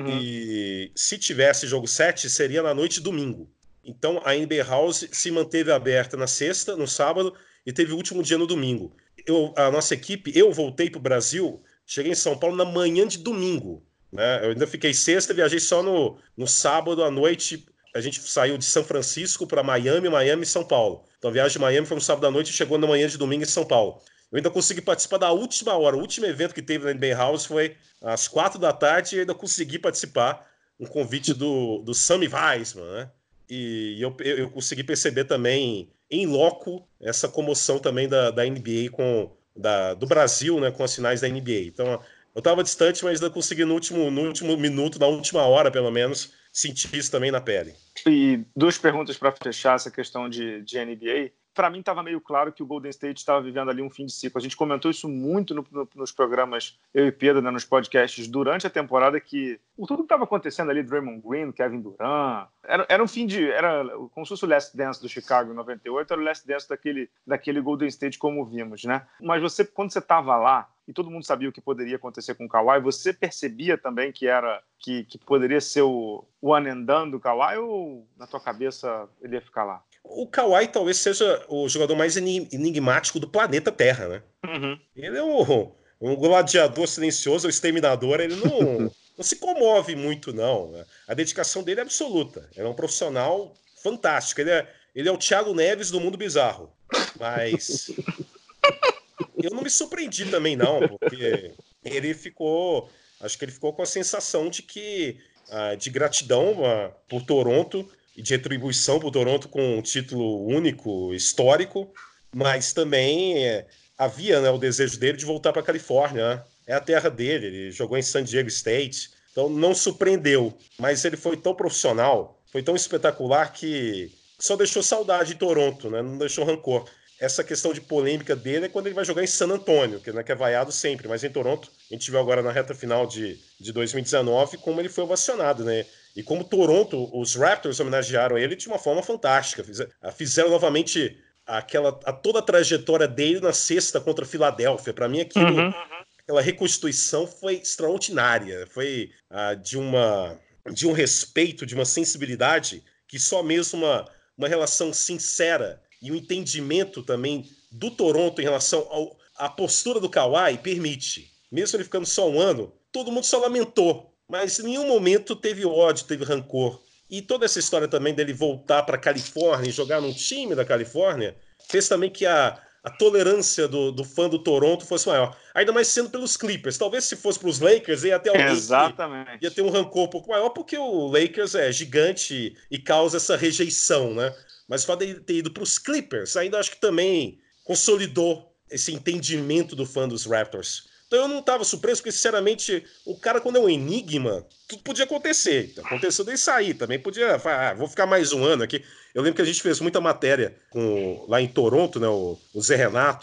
E se tivesse jogo 7, seria na noite de domingo. Então a NBA House se manteve aberta na sexta, no sábado, e teve o último dia no domingo. A nossa equipe, eu voltei para o Brasil, cheguei em São Paulo na manhã de domingo, né? Eu ainda fiquei sexta, viajei só no sábado à noite. A gente saiu de São Francisco para Miami e São Paulo. Então a viagem de Miami foi no sábado à noite e chegou na manhã de domingo em São Paulo. Eu ainda consegui participar da última hora. O último evento que teve na NBA House foi às 4 da tarde e eu ainda consegui participar. Um convite do Sammy Weisman, né? E eu consegui perceber também, em loco, essa comoção também da NBA do Brasil, né, com as finais da NBA. Então, eu estava distante, mas ainda consegui no último minuto, na última hora, pelo menos, sentir isso também na pele. E duas perguntas para fechar essa questão de NBA. Para mim estava meio claro que o Golden State estava vivendo ali um fim de ciclo. A gente comentou isso muito nos programas, eu e Pedro, né, nos podcasts, durante a temporada, que tudo que estava acontecendo ali, Draymond Green, Kevin Durant, era um fim era como se fosse o Last Dance do Chicago em 98, era o Last Dance daquele Golden State como vimos, né? Mas quando você estava lá, e todo mundo sabia o que poderia acontecer com o Kawhi, você percebia também que poderia ser o one and done do Kawhi, ou na tua cabeça ele ia ficar lá? O Kawhi talvez seja o jogador mais enigmático do planeta Terra, né? Ele é um gladiador silencioso, um exterminador, ele não se comove muito, não. A dedicação dele é absoluta. Ele é um profissional fantástico. Ele é o Thiago Neves do mundo bizarro. Mas eu não me surpreendi também, não, porque acho que ele ficou com a sensação de gratidão por Toronto, e de retribuição para o Toronto com um título único, histórico, mas também havia, né, o desejo dele de voltar para a Califórnia, né? É a terra dele, ele jogou em San Diego State, então não surpreendeu, mas ele foi tão profissional, foi tão espetacular que só deixou saudade de Toronto, né? Não deixou rancor. Essa questão de polêmica dele é quando ele vai jogar em San Antonio, que é vaiado sempre, mas em Toronto, a gente viu agora na reta final de 2019 como ele foi ovacionado, né? E como Toronto, os Raptors homenagearam ele de uma forma fantástica. Fizeram novamente toda a trajetória dele na sexta contra a Filadélfia. Para mim, aquela reconstituição foi extraordinária. Foi de um respeito, de uma sensibilidade que só mesmo uma relação sincera e um entendimento também do Toronto em relação à postura do Kawhi permite. Mesmo ele ficando só um ano, todo mundo só lamentou. Mas em nenhum momento teve ódio, teve rancor. E toda essa história também dele voltar para a Califórnia e jogar num time da Califórnia fez também que a tolerância do fã do Toronto fosse maior. Ainda mais sendo pelos Clippers. Talvez se fosse para os Lakers, ia ter alguém que ia ter um rancor um pouco maior, porque o Lakers é gigante e causa essa rejeição, né? Mas o fato de ter ido para os Clippers ainda acho que também consolidou esse entendimento do fã dos Raptors. Então eu não estava surpreso, porque, sinceramente, o cara, quando é um enigma, tudo podia acontecer. Aconteceu dele sair, também podia falar, vou ficar mais um ano aqui. Eu lembro que a gente fez muita matéria lá em Toronto, né, o Zé Renato,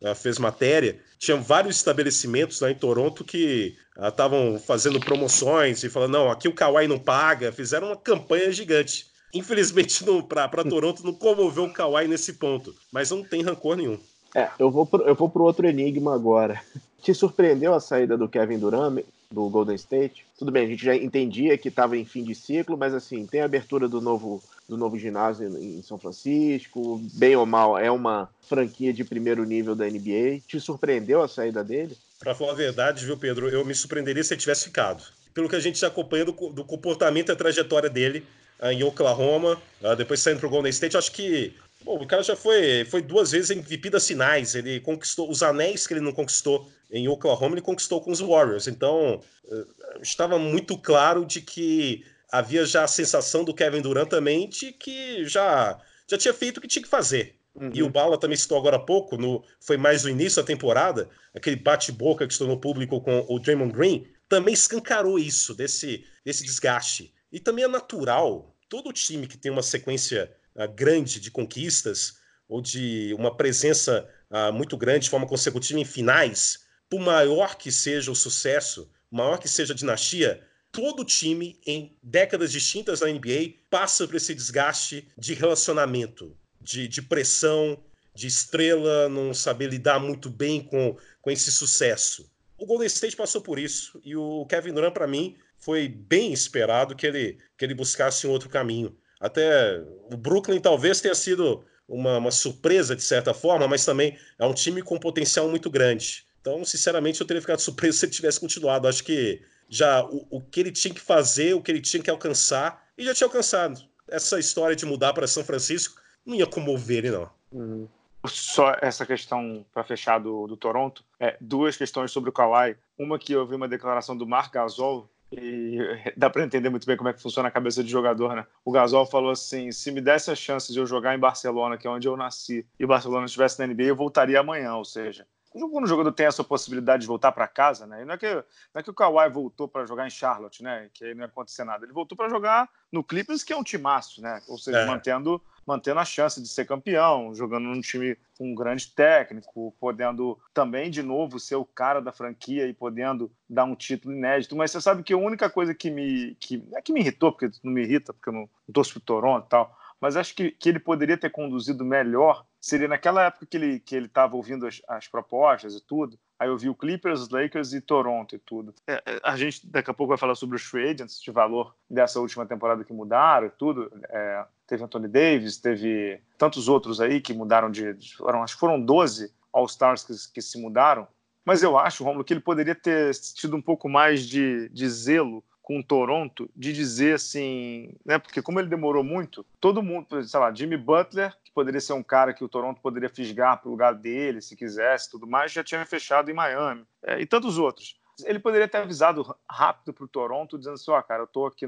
fez matéria, tinha vários estabelecimentos lá em Toronto que estavam fazendo promoções e falando, não, aqui o Kawhi não paga, fizeram uma campanha gigante. Infelizmente, para Toronto não comoveu o Kawhi nesse ponto, mas não tem rancor nenhum. Eu vou pro outro enigma agora. Te surpreendeu a saída do Kevin Durant, do Golden State? Tudo bem, a gente já entendia que estava em fim de ciclo, mas assim, tem a abertura do novo ginásio em São Francisco, bem ou mal, é uma franquia de primeiro nível da NBA. Te surpreendeu a saída dele? Para falar a verdade, viu, Pedro, eu me surpreenderia se ele tivesse ficado. Pelo que a gente já acompanha do comportamento e a trajetória dele em Oklahoma, depois saindo para o Golden State, acho que o cara já foi 2 vezes MVP das finais, ele conquistou os anéis que ele não conquistou em Oklahoma, ele conquistou com os Warriors, então estava muito claro de que havia já a sensação do Kevin Durant também de que já tinha feito o que tinha que fazer. Uhum. E o Bala também citou agora há pouco, foi mais no início da temporada, aquele bate-boca que se tornou público com o Draymond Green, também escancarou isso, desse desgaste. E também é natural, todo time que tem uma sequência grande de conquistas, ou de uma presença muito grande de forma consecutiva em finais, por maior que seja o sucesso, maior que seja a dinastia, todo time em décadas distintas da NBA passa por esse desgaste de relacionamento, de pressão, de estrela, não saber lidar muito bem com esse sucesso. O Golden State passou por isso, e o Kevin Durant, para mim, foi bem esperado que ele buscasse um outro caminho. Até o Brooklyn talvez tenha sido uma surpresa, de certa forma, mas também é um time com potencial muito grande. Então, sinceramente, eu teria ficado surpreso se ele tivesse continuado. Acho que já o que ele tinha que fazer, o que ele tinha que alcançar, e já tinha alcançado. Essa história de mudar para São Francisco não ia comover ele, não. Uhum. Só essa questão, para fechar, do Toronto, 2 questões sobre o Kawhi. Uma que eu vi uma declaração do Marc Gasol, e dá para entender muito bem como é que funciona a cabeça de jogador, né? O Gasol falou assim, se me desse a chance de eu jogar em Barcelona, que é onde eu nasci, e o Barcelona estivesse na NBA, eu voltaria amanhã, ou seja... Quando o jogador tem essa possibilidade de voltar para casa, né? E não é que o Kawhi voltou para jogar em Charlotte, né? Que aí não ia acontecer nada. Ele voltou para jogar no Clippers, que é um timaço, né? Ou seja, mantendo a chance de ser campeão, jogando num time com um grande técnico, podendo também, de novo, ser o cara da franquia e podendo dar um título inédito. Mas você sabe que a única coisa que me irritou, porque não me irrita, porque eu não torço pro Toronto e tal, mas acho que ele poderia ter conduzido melhor seria naquela época que ele estava ouvindo as propostas e tudo. Aí eu vi o Clippers, Lakers e Toronto e tudo. A gente daqui a pouco vai falar sobre os free agents de valor dessa última temporada que mudaram e tudo. Teve Anthony Davis, teve tantos outros aí que mudaram acho que foram 12 All-Stars que se mudaram. Mas eu acho, Rômulo, que ele poderia ter tido um pouco mais de zelo com o Toronto, de dizer assim, né? Porque como ele demorou muito, todo mundo, sei lá, Jimmy Butler, que poderia ser um cara que o Toronto poderia fisgar para o lugar dele, se quisesse, tudo mais, já tinha fechado em Miami, e tantos outros. Ele poderia ter avisado rápido para o Toronto, dizendo assim, cara, eu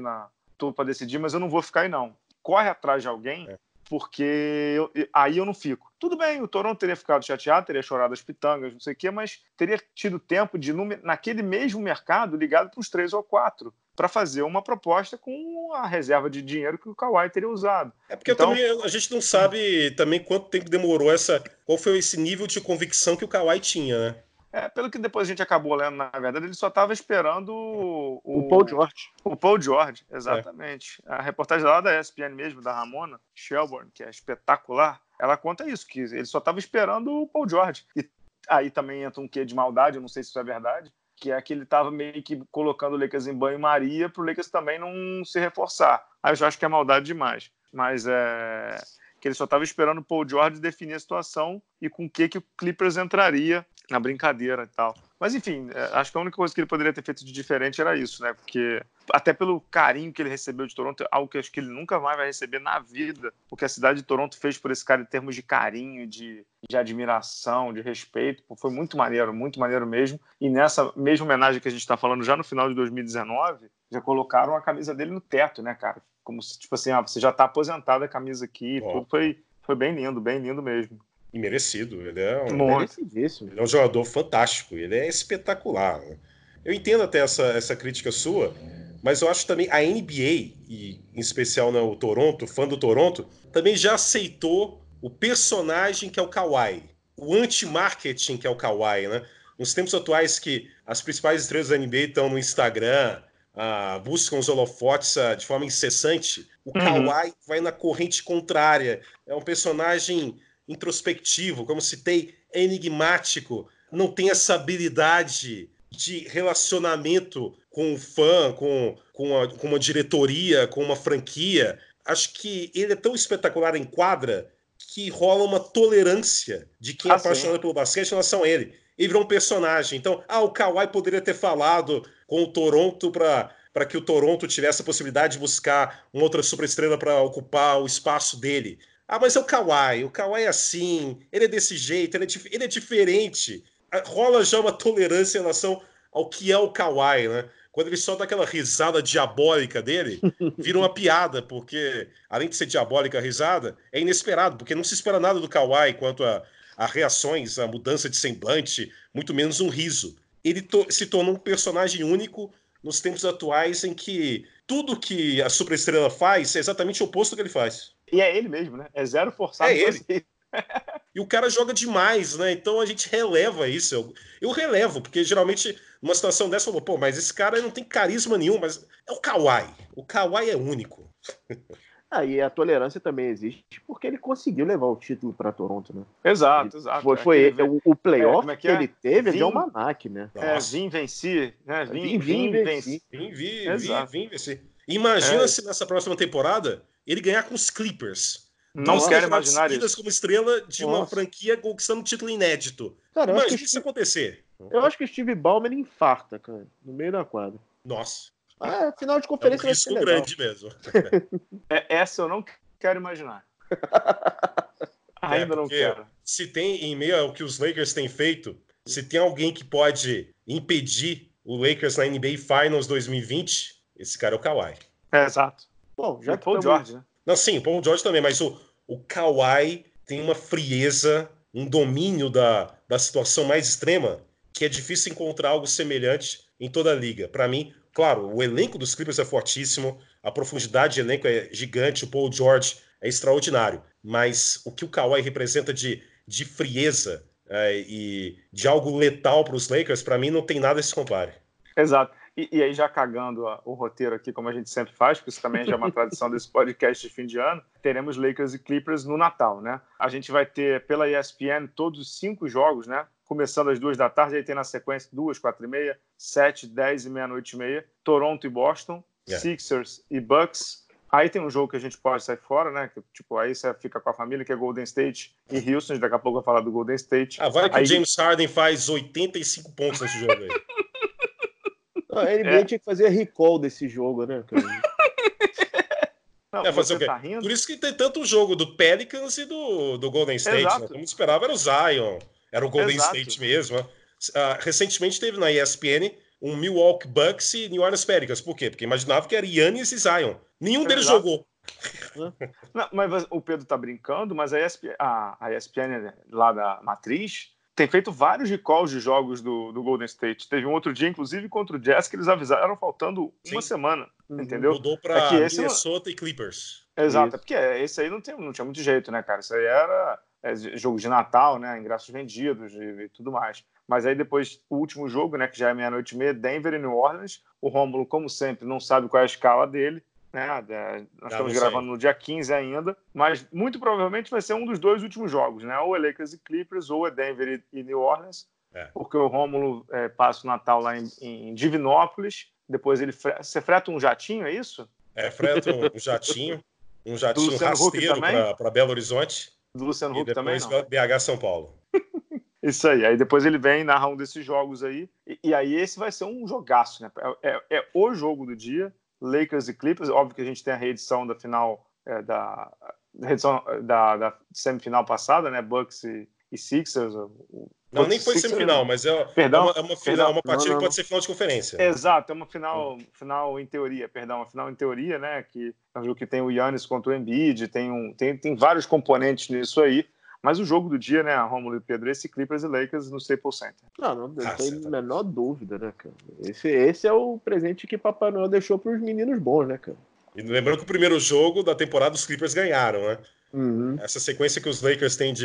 tô para decidir, mas eu não vou ficar aí não. Corre atrás de alguém, porque aí eu não fico. Tudo bem, o Toronto teria ficado chateado, teria chorado as pitangas, não sei o quê, mas teria tido tempo de, naquele mesmo mercado, ligado para uns 3 ou 4, para fazer uma proposta com a reserva de dinheiro que o Kawhi teria usado. Porque então, também a gente não sabe também quanto tempo demorou qual foi esse nível de convicção que o Kawhi tinha, né? Pelo que depois a gente acabou lendo, na verdade, ele só estava esperando o Paul George. O Paul George, exatamente. A reportagem lá da ESPN mesmo, da Ramona Shelburne, que é espetacular, ela conta isso, que ele só estava esperando o Paul George. E aí também entra um quê de maldade, eu não sei se isso é verdade, que é que ele estava meio que colocando o Lakers em banho-maria para o Lakers também não se reforçar. Aí eu já acho que é maldade demais. Mas que ele só estava esperando o Paul George definir a situação e com o que o Clippers entraria na brincadeira e tal. Mas, enfim, acho que a única coisa que ele poderia ter feito de diferente era isso, né? Porque, até pelo carinho que ele recebeu de Toronto, algo que acho que ele nunca mais vai receber na vida, o que a cidade de Toronto fez por esse cara em termos de carinho, de admiração, de respeito, foi muito maneiro mesmo. E nessa mesma homenagem que a gente está falando já no final de 2019, já colocaram a camisa dele no teto, né, cara? Como se, tipo assim, você já está aposentado a camisa aqui, tudo foi bem lindo mesmo. E merecido, ele merecidíssimo. Ele é um jogador fantástico, ele é espetacular. Eu entendo até essa crítica sua, mas eu acho também a NBA, e em especial o Toronto, fã do Toronto, também já aceitou o personagem que é o Kawhi. o anti-marketing que é o Kawhi, né? Nos tempos atuais que as principais estrelas da NBA estão no Instagram, buscam os holofotes de forma incessante, o Kawhi vai na corrente contrária. É um personagem introspectivo, como citei, é enigmático, não tem essa habilidade de relacionamento com o fã, com uma diretoria, com uma franquia. Acho que ele é tão espetacular em quadra que rola uma tolerância de quem é apaixonado pelo basquete em relação a ele. Ele virou um personagem. Então, o Kawhi poderia ter falado com o Toronto para que o Toronto tivesse a possibilidade de buscar uma outra superestrela para ocupar o espaço dele. Mas é o Kawhi é assim, ele é desse jeito, ele é diferente. Rola já uma tolerância em relação ao que é o Kawhi, né? Quando ele solta aquela risada diabólica dele, vira uma piada, porque, além de ser diabólica a risada, é inesperado, porque não se espera nada do Kawhi quanto a reações, a mudança de semblante, muito menos um riso. Ele se tornou um personagem único nos tempos atuais em que tudo que a superestrela faz é exatamente o oposto do que ele faz. E é ele mesmo, né? É zero forçado. É ele. E o cara joga demais, né? Então a gente releva isso. Eu relevo, porque geralmente numa situação dessa eu falo, mas esse cara não tem carisma nenhum, mas é o Kawhi. O Kawhi é único. E a tolerância também existe porque ele conseguiu levar o título para Toronto, né? Exato. Foi o playoff que ele teve de almanac, né? Vim vencer, né? Vim vencer. Imagina se nessa próxima temporada ele ganhar com os Clippers. Não quero imaginar isso. Como estrela de uma franquia conquistando um título inédito. Cara, imagina isso acontecer. Eu acho que o Steve Ballmer infarta, cara, no meio da quadra. Nossa. Final de conferência vai ser legal. Grande mesmo. Essa eu não quero imaginar. Ainda não quero. Se tem, em meio ao que os Lakers têm feito, se tem alguém que pode impedir o Lakers na NBA Finals 2020, esse cara é o Kawhi. Exato. Bom, já que Paul George, né? Não, sim, o Paul George também, mas o Kawhi tem uma frieza, um domínio da situação mais extrema, que é difícil encontrar algo semelhante em toda a liga. Para mim, claro, o elenco dos Clippers é fortíssimo, a profundidade de elenco é gigante, o Paul George é extraordinário, mas o que o Kawhi representa de frieza e de algo letal para os Lakers, para mim não tem nada a se compare. Exato. E aí, já cagando o roteiro aqui, como a gente sempre faz, porque isso também já é uma tradição desse podcast de fim de ano, teremos Lakers e Clippers no Natal, né? A gente vai ter pela ESPN todos os 5 jogos, né? Começando às 2 da tarde, aí tem na sequência 2, 4h30, 7, 10 e meia-noite e meia, Toronto e Boston, Sixers e Bucks. Aí tem um jogo que a gente pode sair fora, né? Que, tipo, aí você fica com a família, que é Golden State e Houston. Daqui a pouco eu vou falar do Golden State. Vai que o James Harden faz 85 pontos nesse jogo aí. A NBA tinha que fazer recall desse jogo, né, cara? Não, fazer o quê? Tá rindo? Por isso que tem tanto jogo do Pelicans e do Golden State. Né? Como esperava, era o Zion, era o Golden State mesmo. Né? Recentemente teve na ESPN um Milwaukee Bucks e New Orleans Pelicans. Por quê? Porque imaginava que era Giannis e Zion. Nenhum deles jogou. Não, mas o Pedro tá brincando, mas a ESPN lá da Matriz tem feito vários recalls de jogos do Golden State. Teve um outro dia, inclusive, contra o Jazz, que eles avisaram faltando uma semana, entendeu? Mudou para Minnesota e Clippers. Exato, porque esse aí não tinha muito jeito, né, cara? Isso aí era jogo de Natal, né, ingressos vendidos e tudo mais. Mas aí depois, o último jogo, né, que já é 00:30, Denver e New Orleans, o Rômulo, como sempre, não sabe qual é a escala dele, né? Nós estamos gravando no dia 15 ainda, mas muito provavelmente vai ser um dos 2 últimos jogos, né? Ou é Lakers e Clippers, ou é Denver e New Orleans, porque o Rômulo passa o Natal lá em Divinópolis, depois você freta um jatinho, é isso? Freta um jatinho rasteiro para Belo Horizonte. Do Luciano Huck também, não? E depois BH São Paulo. Isso aí depois ele vem e narra um desses jogos aí, e aí esse vai ser um jogaço, né? É o jogo do dia, Lakers e Clippers. Óbvio que a gente tem a reedição da final da semifinal passada, né? Bucks e Sixers. Não, nem foi semifinal, mas é uma partida que pode ser final de conferência. Exato, é uma final em teoria, uma final em teoria, né? Que é um jogo que tem o Giannis contra o Embiid, tem vários componentes nisso aí. Mas o jogo do dia, né, Rômulo e Pedro, esse Clippers e Lakers no Staples Center. Não tem a menor dúvida, né, cara? Esse é o presente que Papai Noel deixou para os meninos bons, né, cara? E lembrando que o primeiro jogo da temporada os Clippers ganharam, né? Uhum. Essa sequência que os Lakers têm de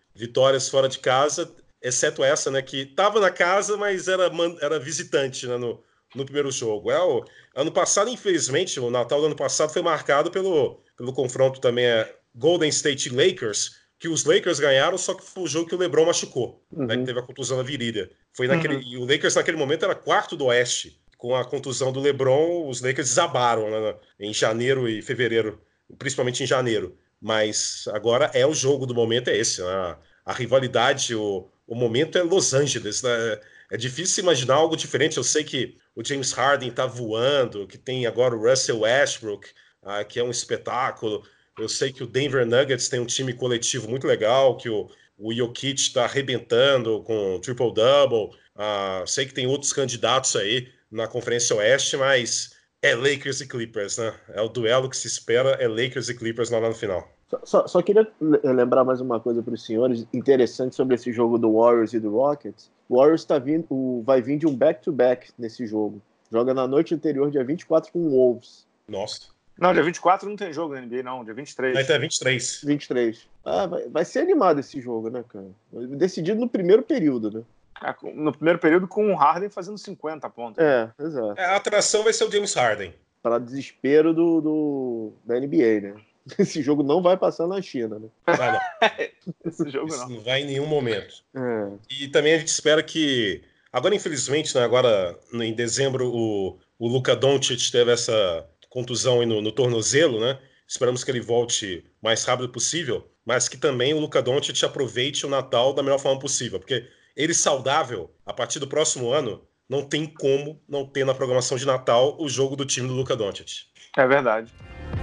vitórias fora de casa, exceto essa, né, que estava na casa, mas era visitante, né, no primeiro jogo. Ano passado, infelizmente, o Natal do ano passado foi marcado pelo confronto também Golden State e Lakers, que os Lakers ganharam, só que foi o jogo que o LeBron machucou, né, que teve a contusão na virilha. E o Lakers naquele momento era quarto do Oeste. Com a contusão do LeBron, os Lakers desabaram, né, em janeiro e fevereiro, principalmente em janeiro. Mas agora o jogo do momento é esse, né? A rivalidade, o momento é Los Angeles, né? É difícil imaginar algo diferente. Eu sei que o James Harden está voando, que tem agora o Russell Westbrook, que é um espetáculo. Eu sei que o Denver Nuggets tem um time coletivo muito legal, que o Jokic está arrebentando com triple-double. Sei que tem outros candidatos aí na Conferência Oeste, mas é Lakers e Clippers, né? É o duelo que se espera, é Lakers e Clippers lá no final. Só queria lembrar mais uma coisa para os senhores, interessante sobre esse jogo do Warriors e do Rockets. O Warriors vai vir de um back-to-back nesse jogo. Joga na noite anterior, dia 24, com o Wolves. Nossa. Não, dia 24 não tem jogo na NBA, não. Dia 23. Vai ter 23. 23. Vai ser animado esse jogo, né, cara? Decidido no primeiro período, né? No primeiro período, com o Harden fazendo 50 pontos. Exato. A atração vai ser o James Harden. Para desespero da NBA, né? Esse jogo não vai passar na China, né? Vai não. Esse jogo não vai em nenhum momento. E também a gente espera que... Agora, infelizmente, né, agora em dezembro, o Luka Doncic teve essa contusão aí no tornozelo, né? Esperamos que ele volte o mais rápido possível, mas que também o Luka Doncic aproveite o Natal da melhor forma possível, porque ele saudável, a partir do próximo ano, não tem como não ter na programação de Natal o jogo do time do Luka Doncic. É verdade.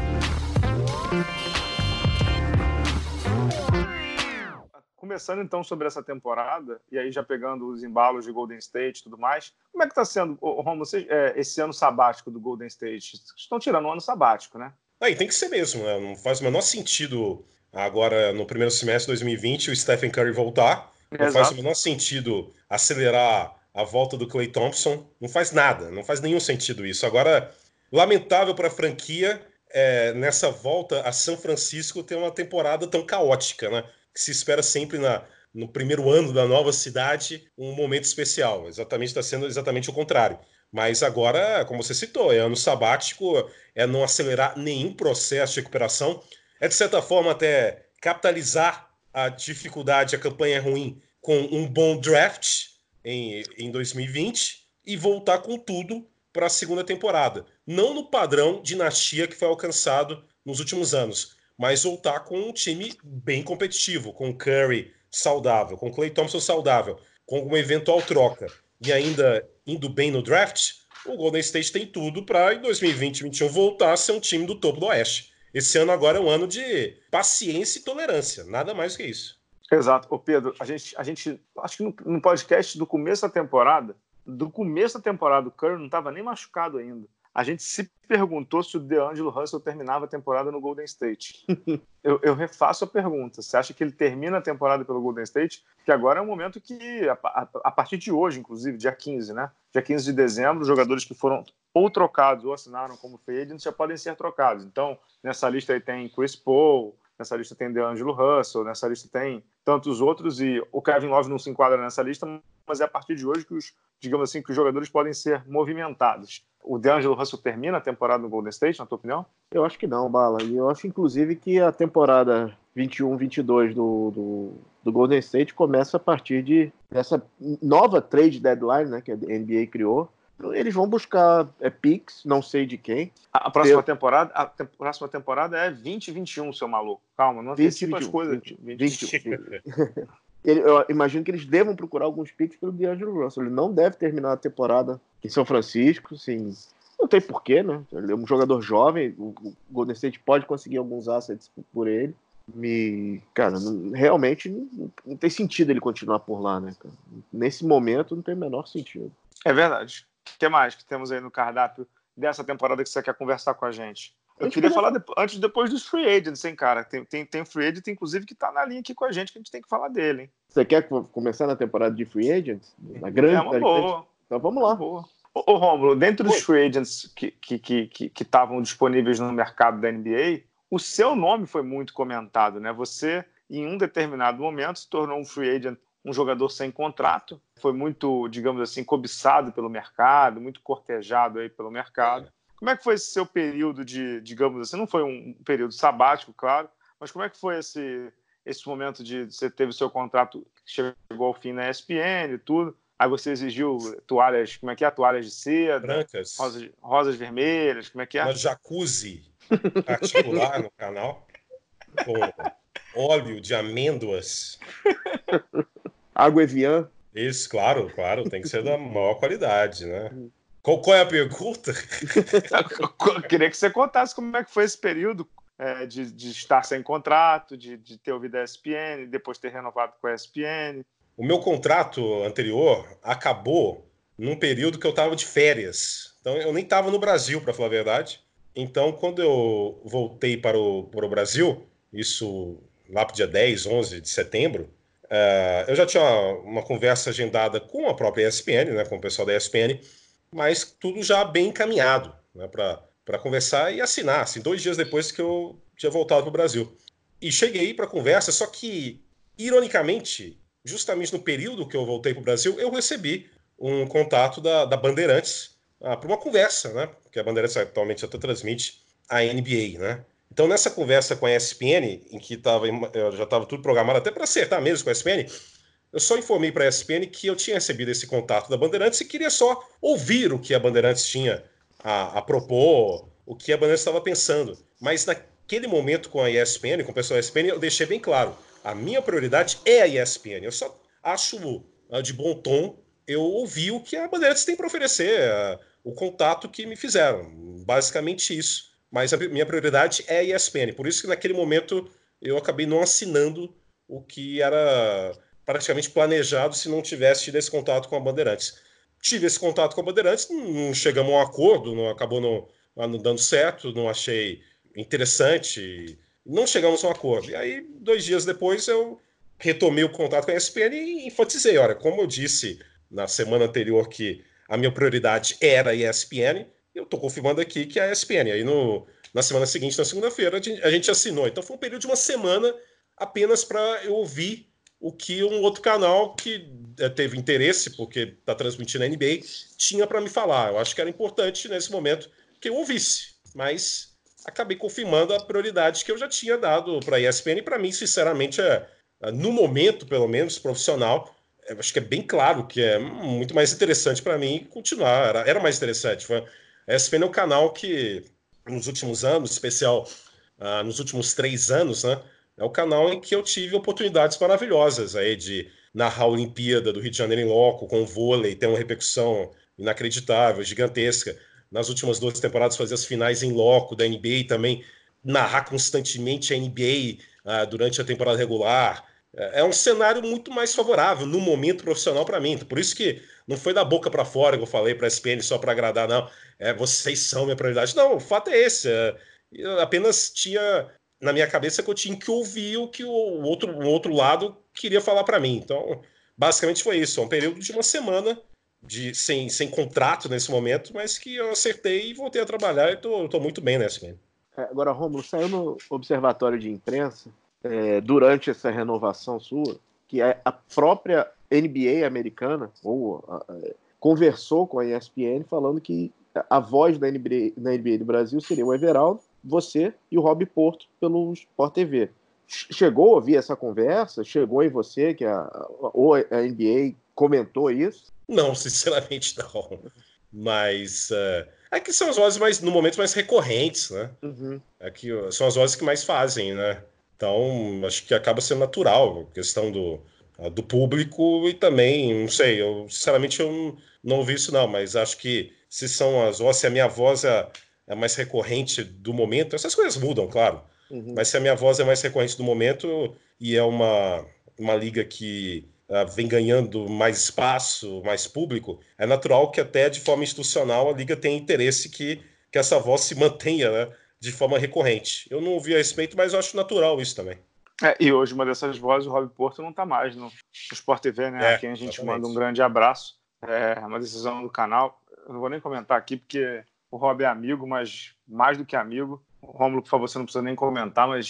Começando então sobre essa temporada, e aí já pegando os embalos de Golden State e tudo mais, como é que está sendo, Romulo, esse ano sabático do Golden State? Estão tirando um ano sabático, né? E tem que ser mesmo, né? Não faz o menor sentido agora, no primeiro semestre de 2020, o Stephen Curry voltar. Não faz o menor sentido acelerar a volta do Klay Thompson. Não faz nada, não faz nenhum sentido isso. Agora, lamentável para a franquia, nessa volta a São Francisco ter uma temporada tão caótica, né? Que se espera sempre no primeiro ano da nova cidade um momento especial. Está sendo exatamente o contrário. Mas agora, como você citou, é ano sabático, é não acelerar nenhum processo de recuperação. É, de certa forma, até capitalizar a dificuldade, a campanha ruim, com um bom draft em 2020 e voltar com tudo para a segunda temporada. Não no padrão dinastia que foi alcançado nos últimos anos, mas voltar com um time bem competitivo, com Curry saudável, com Klay Thompson saudável, com uma eventual troca e ainda indo bem no draft, o Golden State tem tudo para em 2020 e 2021 voltar a ser um time do topo do Oeste. Esse ano agora é um ano de paciência e tolerância, nada mais que isso. Exato. Ô Pedro, a gente acho que no podcast do começo da temporada, o Curry não estava nem machucado ainda. A gente se perguntou se o DeAngelo Russell terminava a temporada no Golden State. Eu refaço a pergunta. Você acha que ele termina a temporada pelo Golden State? Que agora é um momento que, a partir de hoje, inclusive, dia 15, né? Dia 15 de dezembro, os jogadores que foram ou trocados ou assinaram como free agents já podem ser trocados. Então, nessa lista aí tem Chris Paul, nessa lista tem DeAngelo Russell, nessa lista tem tantos outros, e o Kevin Love não se enquadra nessa lista, mas é a partir de hoje que os jogadores podem ser movimentados. O DeAngelo Russell termina a temporada no Golden State, na tua opinião? Eu acho que não, Bala. E eu acho, inclusive, que a temporada 21-22 do Golden State começa a partir dessa nova trade deadline, né, que a NBA criou. Eles vão buscar picks, não sei de quem. A próxima temporada é 20-21, seu maluco. Calma, não antecipa as coisas. 20. Eu imagino que eles devam procurar alguns picks pelo DeAngelo Russell. Ele não deve terminar a temporada em São Francisco, sim. Não tem porquê, né? Ele é um jogador jovem, o Golden State pode conseguir alguns assets por ele. Cara, realmente não tem sentido ele continuar por lá, né, cara? Nesse momento não tem o menor sentido. É verdade. O que mais que temos aí no cardápio dessa temporada que você quer conversar com a gente? Eu queria falar depois dos free agents, hein, cara? Tem free agent, inclusive, que tá na linha aqui com a gente, que a gente tem que falar dele, hein? Você quer começar na temporada de free agents? Na grande? É uma boa. Então vamos lá. Ô, Rômulo, dentre os free agents que estavam disponíveis no mercado da NBA, o seu nome foi muito comentado, né? Você e em um determinado momento se tornou um free agent, um jogador sem contrato. Foi muito, digamos assim, cobiçado pelo mercado, muito cortejado aí pelo mercado. Como é que foi esse seu período de, digamos assim, não foi um período sabático, claro, mas como é que foi esse momento de você teve o seu contrato que chegou ao fim na ESPN e tudo, aí você exigiu toalhas, como é que é? Toalhas de seda, brancas, rosas vermelhas, como é que é? Uma jacuzzi particular no canal, com óleo de amêndoas. Água Evian. Isso, claro, tem que ser da maior qualidade, né? Qual é a pergunta? Eu queria que você contasse como é que foi esse período de estar sem contrato, de ter ouvido a ESPN, depois ter renovado com a ESPN. O meu contrato anterior acabou num período que eu estava de férias. Então, eu nem estava no Brasil, para falar a verdade. Então, quando eu voltei para o Brasil, isso lá para o dia 10, 11 de setembro, eu já tinha uma conversa agendada com a própria ESPN, né, com o pessoal da ESPN, mas tudo já bem encaminhado, né, para conversar e assinar, assim, 2 dias depois que eu tinha voltado para o Brasil. E cheguei para a conversa, só que, ironicamente, justamente no período que eu voltei para o Brasil, eu recebi um contato da Bandeirantes para uma conversa, né, porque a Bandeirantes atualmente até transmite a NBA, né? Então, nessa conversa com a ESPN, em que já estava tudo programado até para acertar mesmo com a ESPN, eu só informei para a ESPN que eu tinha recebido esse contato da Bandeirantes e queria só ouvir o que a Bandeirantes tinha a propor, o que a Bandeirantes estava pensando. Mas naquele momento com a ESPN, com o pessoal da ESPN, eu deixei bem claro, a minha prioridade é a ESPN. Eu só acho de bom tom eu ouvir o que a Bandeirantes tem para oferecer, o contato que me fizeram. Basicamente isso. Mas a minha prioridade é a ESPN. Por isso que naquele momento eu acabei não assinando o que era praticamente planejado se não tivesse tido esse contato com a Bandeirantes. Tive esse contato com a Bandeirantes, não chegamos a um acordo, acabou não dando certo, não achei interessante, não chegamos a um acordo. E aí, 2 dias depois, eu retomei o contato com a ESPN e enfatizei, olha, como eu disse na semana anterior que a minha prioridade era a ESPN, eu estou confirmando aqui que é a ESPN. Aí na semana seguinte, na segunda-feira, a gente assinou. Então foi um período de uma semana apenas para eu ouvir o que um outro canal que teve interesse, porque está transmitindo a NBA, tinha para me falar. Eu acho que era importante nesse momento que eu ouvisse, mas acabei confirmando a prioridade que eu já tinha dado para a ESPN, e para mim, sinceramente, no momento, pelo menos, profissional, acho que é bem claro que é muito mais interessante para mim continuar. Era mais interessante. A ESPN é um canal que, nos últimos anos, em especial nos últimos 3 anos, né, é o canal em que eu tive oportunidades maravilhosas aí de narrar a Olimpíada do Rio de Janeiro em loco, com o vôlei, ter uma repercussão inacreditável, gigantesca. Nas últimas 2 temporadas, fazer as finais em loco da NBA também, narrar constantemente a NBA durante a temporada regular. É um cenário muito mais favorável no momento profissional para mim. Por isso que não foi da boca para fora que eu falei para a ESPN só para agradar, não. Vocês são minha prioridade. Não, o fato é esse. Eu apenas tinha na minha cabeça que eu tinha que ouvir o que o outro lado queria falar para mim. Então, basicamente foi isso. Um período de uma semana sem contrato nesse momento, mas que eu acertei e voltei a trabalhar e tô muito bem nessa. Agora, Rômulo, saiu no observatório de imprensa, durante essa renovação sua, que a própria NBA americana conversou com a ESPN falando que a voz da NBA do Brasil seria o Everaldo, você e o Rob Porto pelo Sport TV. Chegou a ouvir essa conversa? Chegou em você que a NBA comentou isso? Não, sinceramente não. Mas é que são as vozes no momento mais recorrentes, né? Uhum. É que são as vozes que mais fazem, né? Então, acho que acaba sendo natural a questão do público e também, não sei, sinceramente eu não ouvi isso não, mas acho que se a minha voz é mais recorrente do momento, essas coisas mudam, claro, mas se a minha voz é mais recorrente do momento e é uma liga que vem ganhando mais espaço, mais público, é natural que até de forma institucional a liga tenha interesse que essa voz se mantenha, né, de forma recorrente. Eu não ouvi a respeito, mas eu acho natural isso também. E hoje uma dessas vozes, o Rob Porto, não está mais no Sport TV, né? A quem a gente exatamente. manda um grande abraço. É uma decisão do canal. Eu não vou nem comentar aqui, porque o Rob é amigo, mas mais do que amigo. O Rômulo, por favor, você não precisa nem comentar, mas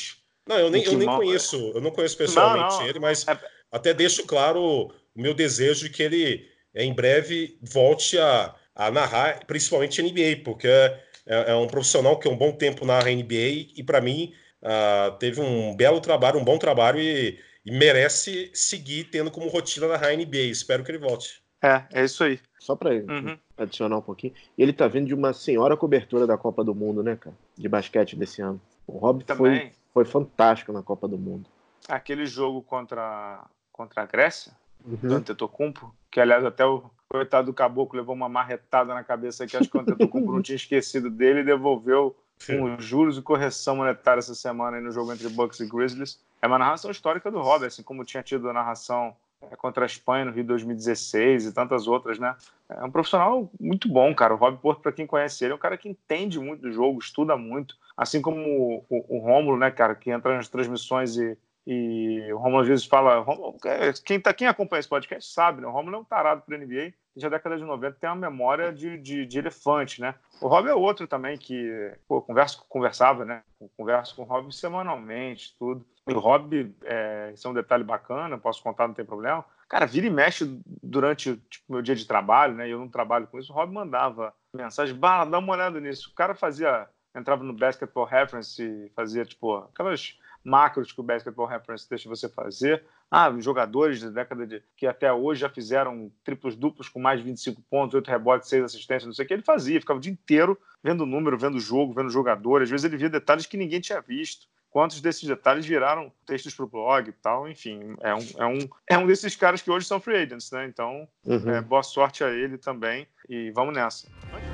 Não, eu nem conheço, eu não conheço pessoalmente ele, mas até deixo claro o meu desejo de que ele em breve volte a narrar, principalmente NBA, porque é um profissional que há um bom tempo narra NBA e para mim teve um belo trabalho, um bom trabalho e merece seguir tendo como rotina narrar NBA. Espero que ele volte. É isso aí. Só para adicionar um pouquinho, ele tá vindo de uma senhora cobertura da Copa do Mundo, né, cara? De basquete desse ano. O Rob foi fantástico na Copa do Mundo. Aquele jogo contra a Grécia, do Antetokounmpo, que aliás até o coitado do Caboclo levou uma marretada na cabeça que acho que o Antetokounmpo não tinha esquecido dele e devolveu com juros e correção monetária essa semana aí no jogo entre Bucks e Grizzlies. É uma narração histórica do Rob, assim como tinha tido a narração contra a Espanha no Rio 2016 e tantas outras, né? É um profissional muito bom, cara. O Rob Porto, para quem conhece ele, é um cara que entende muito do jogo, estuda muito, assim como o Rômulo, né, cara, que entra nas transmissões e o Rômulo às vezes fala... Quem acompanha esse podcast sabe, né? O Rômulo é um tarado para NBA, desde a década de 90 tem uma memória de elefante, né? O Rob é outro também que conversava, né? Converso com o Rob semanalmente, tudo. E o Rob, isso é um detalhe bacana, posso contar, não tem problema. Cara, vira e mexe durante o meu dia de trabalho, né? Eu não trabalho com isso. O Rob mandava mensagem, dá uma olhada nisso. O cara entrava no Basketball Reference e fazia, aquelas macros que o Basketball Reference deixa você fazer. Jogadores da década que até hoje já fizeram triplos duplos com mais de 25 pontos, 8 rebotes, 6 assistências, não sei o que. Ele fazia, ficava o dia inteiro vendo número, vendo jogo, vendo jogador. Às vezes ele via detalhes que ninguém tinha visto. Quantos desses detalhes viraram textos para o blog e tal, enfim, é um desses caras que hoje são free agents, né? Então, boa sorte a ele também e vamos nessa.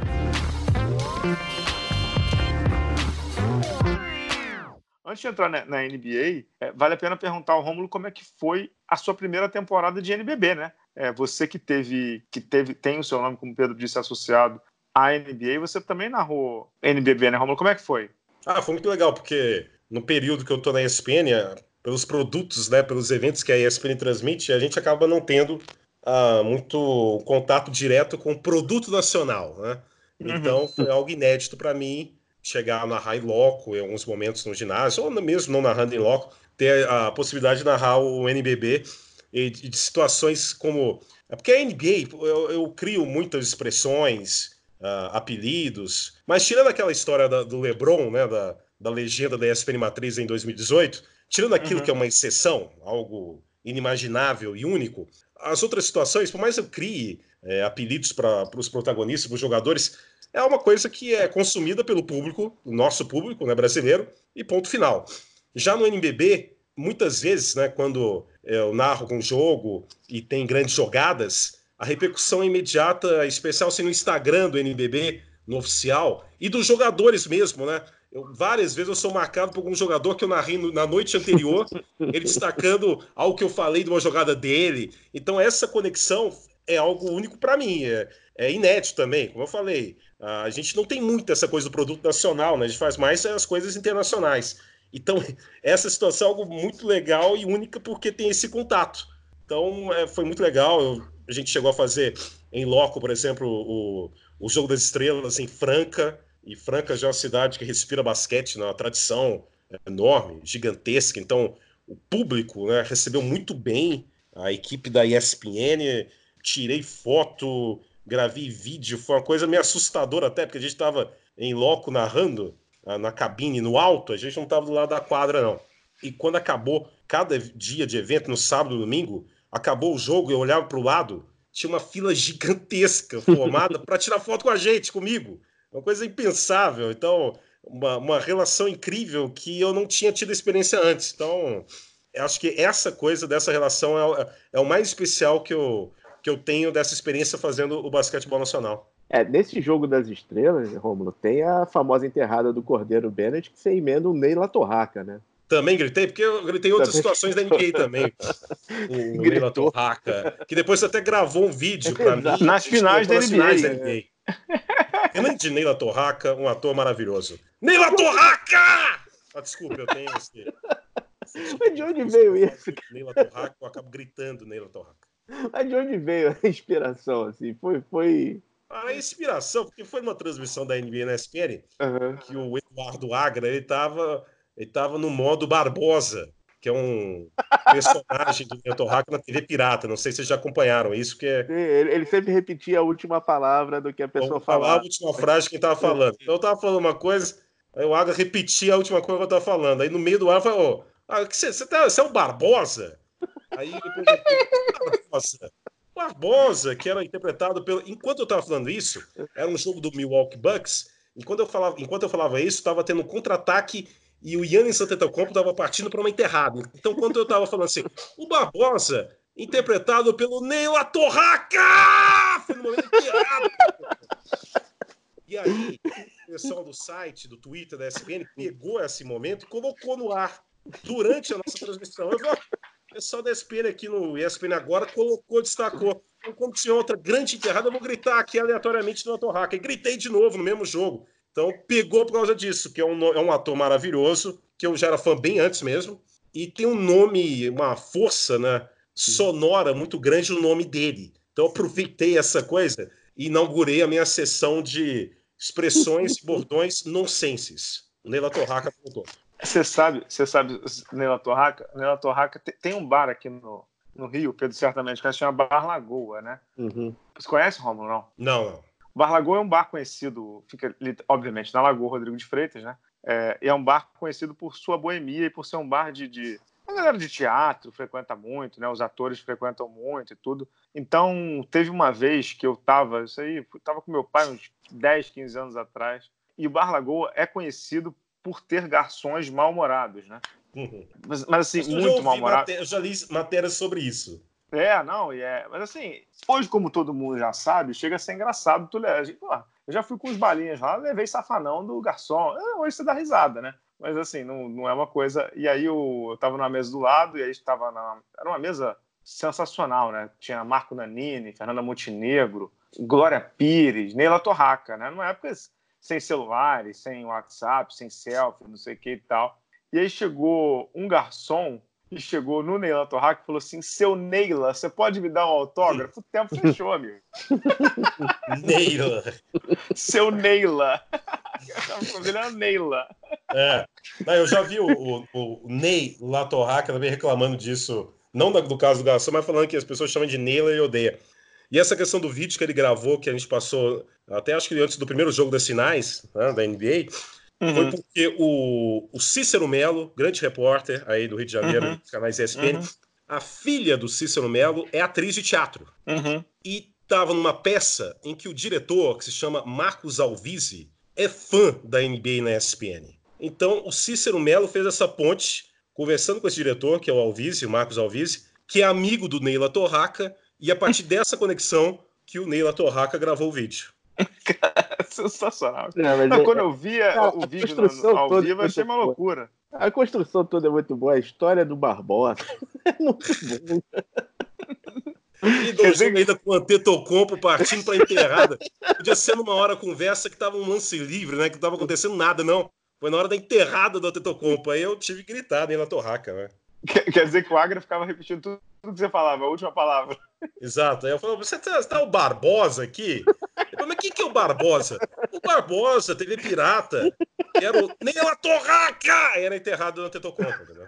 Antes de entrar na NBA, vale a pena perguntar ao Rômulo como é que foi a sua primeira temporada de NBB, né? Você que tem o seu nome, como o Pedro disse, associado à NBA, você também narrou NBB, né, Rômulo? Como é que foi? Foi muito legal, porque no período que eu tô na ESPN, pelos produtos, né, pelos eventos que a ESPN transmite, a gente acaba não tendo muito contato direto com o produto nacional, né? Então foi algo inédito para mim chegar a narrar em loco em alguns momentos no ginásio, ou mesmo não narrando em loco, ter a possibilidade de narrar o NBB e de situações como... Porque a NBA, eu crio muitas expressões, apelidos, mas tirando aquela história do LeBron, né, da legenda da ESPN Matriz em 2018, tirando aquilo que é uma exceção, algo inimaginável e único, as outras situações, por mais eu crie apelidos para os protagonistas, para os jogadores, é uma coisa que é consumida pelo público, o nosso público, né, brasileiro, e ponto final. Já no NBB, muitas vezes, né, quando eu narro com um jogo e tem grandes jogadas, a repercussão é imediata, especial assim, no Instagram do NBB, no oficial, e dos jogadores mesmo, né? Várias vezes eu sou marcado por algum jogador que eu narrei na noite anterior, ele destacando algo que eu falei de uma jogada dele. Então essa conexão é algo único para mim, é inédito também, como eu falei. A gente não tem muito essa coisa do produto nacional, né? A gente faz mais as coisas internacionais. Então essa situação é algo muito legal e única porque tem esse contato. Então foi muito legal. A gente chegou a fazer em loco, por exemplo, o Jogo das Estrelas em Franca. E Franca já é uma cidade que respira basquete, né? Uma tradição enorme, gigantesca. Então, o público, né, recebeu muito bem a equipe da ESPN. Tirei foto, gravei vídeo. Foi uma coisa meio assustadora até, porque a gente estava em loco narrando, na cabine, no alto. A gente não estava do lado da quadra, não. E quando acabou cada dia de evento, no sábado e domingo, acabou o jogo, eu olhava para o lado, tinha uma fila gigantesca formada para tirar foto com a gente, comigo. Uma coisa impensável. Então, uma relação incrível que eu não tinha tido experiência antes. Então, eu acho que essa coisa dessa relação é o mais especial que eu tenho dessa experiência fazendo o basquetebol nacional. Nesse Jogo das Estrelas, Rômulo, tem a famosa enterrada do Cordeiro Bennett, que você emenda o Neila Torraca, né? Também gritei, porque eu gritei em outras situações da NBA também. O Neila Torraca, que depois você até gravou um vídeo para mim. Nas finais da NBA. Grande Neila Torraca, um ator maravilhoso. Neila Torraca! Desculpa, eu tenho esse... Mas de onde veio isso? Neila Torraca, eu acabo gritando Neila Torraca. Mas de onde veio a inspiração, assim? Foi... A inspiração, porque foi numa transmissão da NBA na ESPN, que o Eduardo Agra, ele estava Ele tava no modo Barbosa, que é um personagem do Ney Torraca na TV Pirata. Não sei se vocês já acompanharam isso, que é... Ele sempre repetia a última palavra do que a pessoa falava. A última frase que ele tava falando. Então eu tava falando uma coisa, aí o Agra repetia a última coisa que eu tava falando. Aí no meio do ar eu falei, você é o Barbosa? Aí depois Barbosa, que era interpretado pelo... Enquanto eu tava falando isso, era um jogo do Milwaukee Bucks, enquanto eu falava isso, tava tendo um contra-ataque e o Giannis Antetokounmpo estava partindo para uma enterrada. Então, quando eu estava falando assim, o Barbosa, interpretado pelo Ney Torraca! Foi no momento enterrado. E aí, o pessoal do site, do Twitter, da ESPN, pegou esse momento e colocou no ar durante a nossa transmissão. Eu falei, o pessoal da ESPN aqui no ESPN Agora destacou. Então, quando tinha outra grande enterrada, eu vou gritar aqui aleatoriamente no Torraca. E gritei de novo no mesmo jogo. Então, pegou por causa disso, que é um ator maravilhoso, que eu já era fã bem antes mesmo, e tem um nome, uma força, né, sonora muito grande no nome dele. Então, eu aproveitei essa coisa e inaugurei a minha sessão de expressões e bordões nonsenses. Ney Torraca voltou. Você sabe, Ney Torraca? Ney Torraca tem um bar aqui no Rio, Pedro certamente conhece, chama Bar Lagoa, né? Uhum. Você conhece, Rômulo, não? Não. Bar Lagoa é um bar conhecido, fica obviamente na Lagoa Rodrigo de Freitas, né? E é um bar conhecido por sua boemia e por ser um bar a galera de teatro frequenta muito, né? Os atores frequentam muito e tudo. Então, teve uma vez que eu tava com meu pai uns 10, 15 anos atrás, e o Bar Lagoa é conhecido por ter garçons mal-humorados, né? Uhum. Mas assim, muito mal-humorados. Eu já li matérias sobre isso. Mas assim, hoje, como todo mundo já sabe, chega a ser engraçado. Eu já fui com os balinhas lá, levei safanão do garçom. Hoje você dá risada, né? Mas assim, não é uma coisa. E aí eu tava numa mesa do lado, e aí era uma mesa sensacional, né? Tinha Marco Nanini, Fernanda Montenegro, Glória Pires, Ney Torraca, né? Numa época sem celulares, sem WhatsApp, sem selfie, não sei o que e tal. E aí chegou um garçom que chegou no Ney Torraca e falou assim, seu Neila, você pode me dar um autógrafo? O tempo fechou, amigo. Neila. Seu Neila. Ele era Neila. Eu já vi o Ney Torraca também reclamando disso, não do caso do garçom, mas falando que as pessoas chamam de Neila e odeia. E essa questão do vídeo que ele gravou, que a gente passou, até acho que antes do primeiro jogo das finais, né, da NBA, foi porque o Cícero Melo, grande repórter aí do Rio de Janeiro, dos canais ESPN, a filha do Cícero Melo é atriz de teatro. E estava numa peça em que o diretor, que se chama Marcos Alvise, é fã da NBA na ESPN. Então, o Cícero Melo fez essa ponte, conversando com esse diretor, que é o Marcos Alvise, que é amigo do Ney Torraca, e a partir dessa conexão que o Ney Torraca gravou o vídeo. Sensacional. Quando eu via o vídeo ao vivo, eu achei uma loucura. A construção toda é muito boa. A história do Barbosa é muito boa. E ainda com o Antetokounmpo partindo para enterrada. Podia ser numa hora conversa que tava um lance livre, né? Que não tava acontecendo nada, não. Foi na hora da enterrada do Antetokounmpo. Aí eu tive que gritar Ney Torraca, né? Quer dizer que o Agra ficava repetindo tudo que você falava, a última palavra. Exato. Aí eu falava, você tá o Barbosa aqui? Eu falei, mas quem que é o Barbosa? O Barbosa, TV Pirata. Era o Ney Torraca! Era enterrado no Antetokounmpo, entendeu?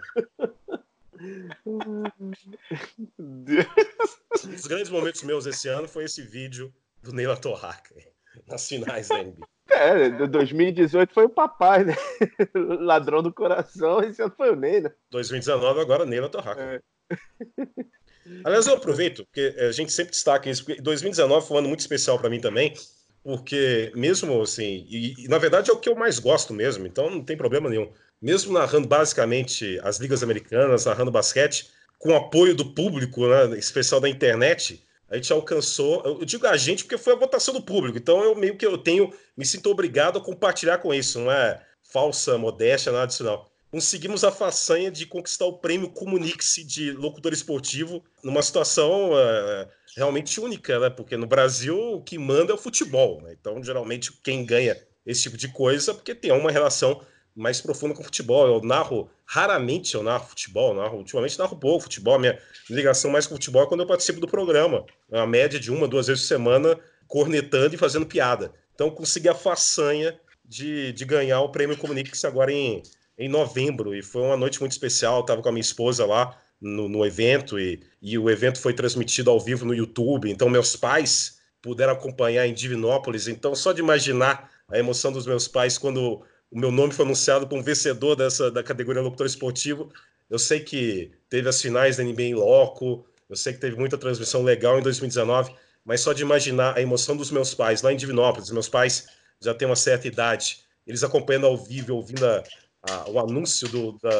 Um dos grandes momentos meus esse ano foi esse vídeo do Ney Torraca nas finais da NBA. 2018 foi o papai, né? Ladrão do coração, esse ano foi o Ney, né? 2019 agora Ney Torraca. Aliás, eu aproveito, porque a gente sempre destaca isso, porque 2019 foi um ano muito especial para mim também, porque mesmo assim, e na verdade é o que eu mais gosto mesmo, então não tem problema nenhum. Mesmo narrando basicamente as ligas americanas, narrando basquete, com apoio do público, né, especial da internet, a gente alcançou, eu digo a gente porque foi a votação do público, então eu meio que me sinto obrigado a compartilhar com isso, não é falsa modéstia, nada disso não. Conseguimos a façanha de conquistar o prêmio Comunique-se de locutor esportivo numa situação realmente única, né? Porque no Brasil o que manda é o futebol, né? Então geralmente quem ganha esse tipo de coisa é porque tem uma relação mais profunda com o futebol. Raramente eu narro futebol, ultimamente narro pouco futebol. A minha ligação mais com o futebol é quando eu participo do programa, uma média de 1, 2 vezes por semana, cornetando e fazendo piada. Então consegui a façanha de ganhar o prêmio Comunique-se agora em em novembro, e foi uma noite muito especial. Eu estava com a minha esposa lá no evento, e o evento foi transmitido ao vivo no YouTube, então meus pais puderam acompanhar em Divinópolis. Então, só de imaginar a emoção dos meus pais quando o meu nome foi anunciado como vencedor da categoria locutor esportivo. Eu sei que teve as finais da NBA em loco, eu sei que teve muita transmissão legal em 2019, mas só de imaginar a emoção dos meus pais lá em Divinópolis. Meus pais já têm uma certa idade, eles acompanhando ao vivo, ouvindo o anúncio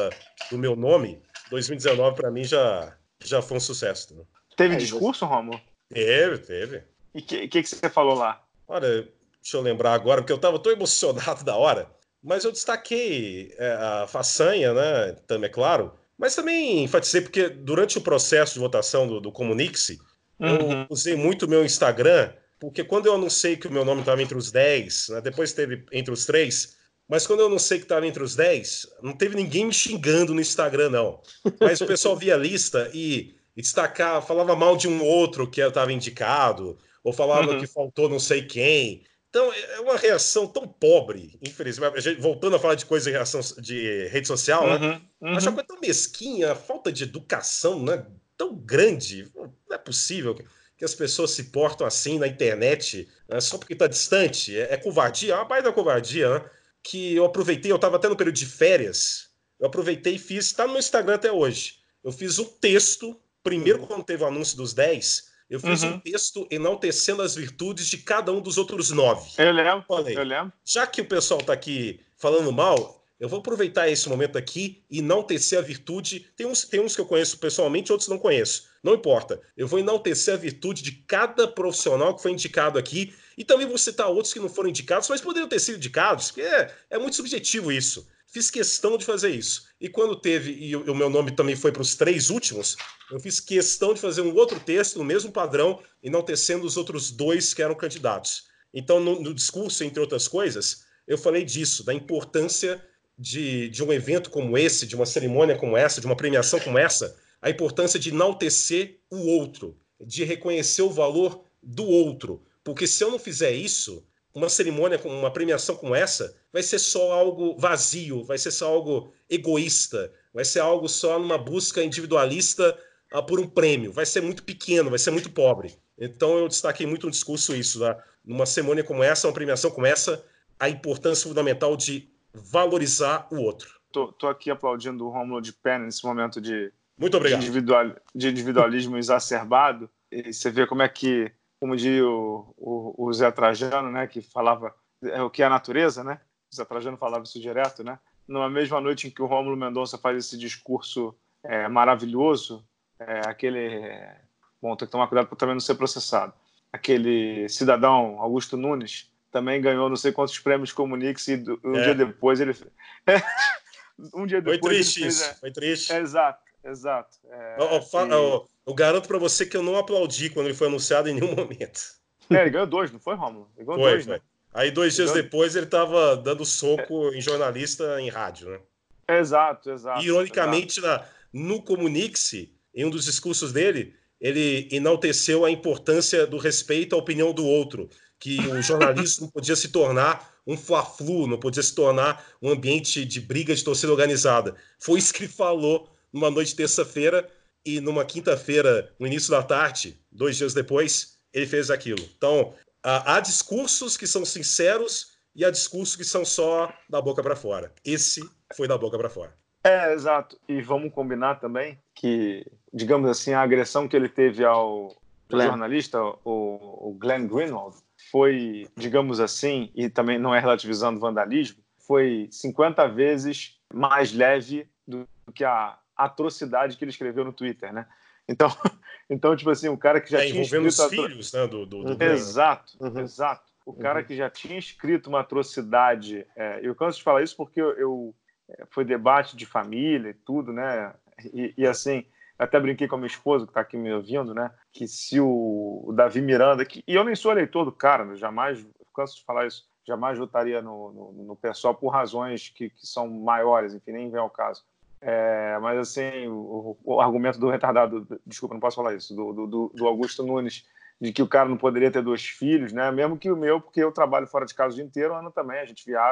do meu nome. 2019 para mim já foi um sucesso. Né? Teve discurso, Rômulo? Teve. E o que você falou lá? Olha, deixa eu lembrar agora, porque eu estava tão emocionado da hora, mas eu destaquei a façanha, né, também, é claro, mas também enfatizei porque durante o processo de votação do Comunique-se, eu usei muito o meu Instagram, porque quando eu anunciei que o meu nome estava entre os 10, né, depois teve entre os 3, mas quando eu anunciei que estava entre os 10, não teve ninguém me xingando no Instagram, não. Mas o pessoal via a lista e destacava, falava mal de um outro que eu estava indicado, ou falava que faltou não sei quem. Então, é uma reação tão pobre, infelizmente. Voltando a falar de coisa em reação de rede social, né? Acho uma coisa tão mesquinha, a falta de educação, né? Tão grande. Não é possível que as pessoas se portam assim na internet, né? Só porque está distante. É covardia, é uma baita covardia, né? Que eu aproveitei, eu estava até no período de férias, eu aproveitei e fiz, está no meu Instagram até hoje. Eu fiz um texto, primeiro quando teve o anúncio dos 10, eu fiz um texto enaltecendo as virtudes de cada um dos outros 9. Eu lembro. Já que o pessoal está aqui falando mal, eu vou aproveitar esse momento aqui e enaltecer a virtude. Tem uns que eu conheço pessoalmente, outros não conheço. Não importa. Eu vou enaltecer a virtude de cada profissional que foi indicado aqui. E também vou citar outros que não foram indicados, mas poderiam ter sido indicados, porque é muito subjetivo isso. Fiz questão de fazer isso. E quando teve, e o meu nome também foi para os 3 últimos, eu fiz questão de fazer um outro texto no mesmo padrão, enaltecendo os outros 2 que eram candidatos. Então, no discurso, entre outras coisas, eu falei disso, da importância de um evento como esse, de uma cerimônia como essa, de uma premiação como essa, a importância de enaltecer o outro, de reconhecer o valor do outro. Porque se eu não fizer isso, uma cerimônia, uma premiação como essa, vai ser só algo vazio, vai ser só algo egoísta, vai ser algo só numa busca individualista por um prêmio, vai ser muito pequeno, vai ser muito pobre. Então eu destaquei muito no discurso isso, né? Numa cerimônia como essa, uma premiação como essa, a importância fundamental de valorizar o outro. Tô aqui aplaudindo o Rômulo de pé nesse momento de individualismo exacerbado, e você vê como é que, como diz o Zé Trajano, né, que falava o que é a natureza, né? O Zé Trajano falava isso direto, né? Numa mesma noite em que o Rômulo Mendonça faz esse discurso maravilhoso, bom, tem que tomar cuidado para também não ser processado. Aquele cidadão Augusto Nunes também ganhou não sei quantos prêmios Comunique-se e um dia depois ele foi triste isso, foi triste. Exato. Eu garanto para você que eu não aplaudi quando ele foi anunciado em nenhum momento. Ele ganhou 2, não foi, Rômulo? Ele ganhou 2, né? Aí 2 dias depois ele estava dando soco em jornalista em rádio, né? Exato. E, ironicamente, no Comunique-se, em um dos discursos dele, ele enalteceu a importância do respeito à opinião do outro, que o jornalismo não podia se tornar um fla-flu, não podia se tornar um ambiente de briga de torcida organizada. Foi isso que ele falou numa noite de terça-feira, e numa quinta-feira, no início da tarde, 2 dias depois, ele fez aquilo. Então, há discursos que são sinceros e há discursos que são só da boca para fora. Esse foi da boca para fora. Exato. E vamos combinar também que, digamos assim, a agressão que ele teve ao jornalista, o Glenn Greenwald, foi, digamos assim, e também não é relativizando vandalismo, foi 50 vezes mais leve do que a atrocidade que ele escreveu no Twitter, né? Então tipo assim, o cara que já tinha envolvendo os filhos, né, do Exato. O cara que já tinha escrito uma atrocidade, eu canso de falar isso porque foi debate de família e tudo, né? E assim, até brinquei com a minha esposa, que está aqui me ouvindo, né? Que se o Davi Miranda, e eu nem sou eleitor do cara, né? Jamais, canso de falar isso, jamais votaria no pessoal por razões que são maiores, enfim, nem vem ao caso. Mas assim, o argumento do retardado, desculpa, não posso falar isso, do Augusto Nunes, de que o cara não poderia ter 2 filhos, né? Mesmo que o meu, porque eu trabalho fora de casa o dia inteiro, o Ana também, a gente viaja,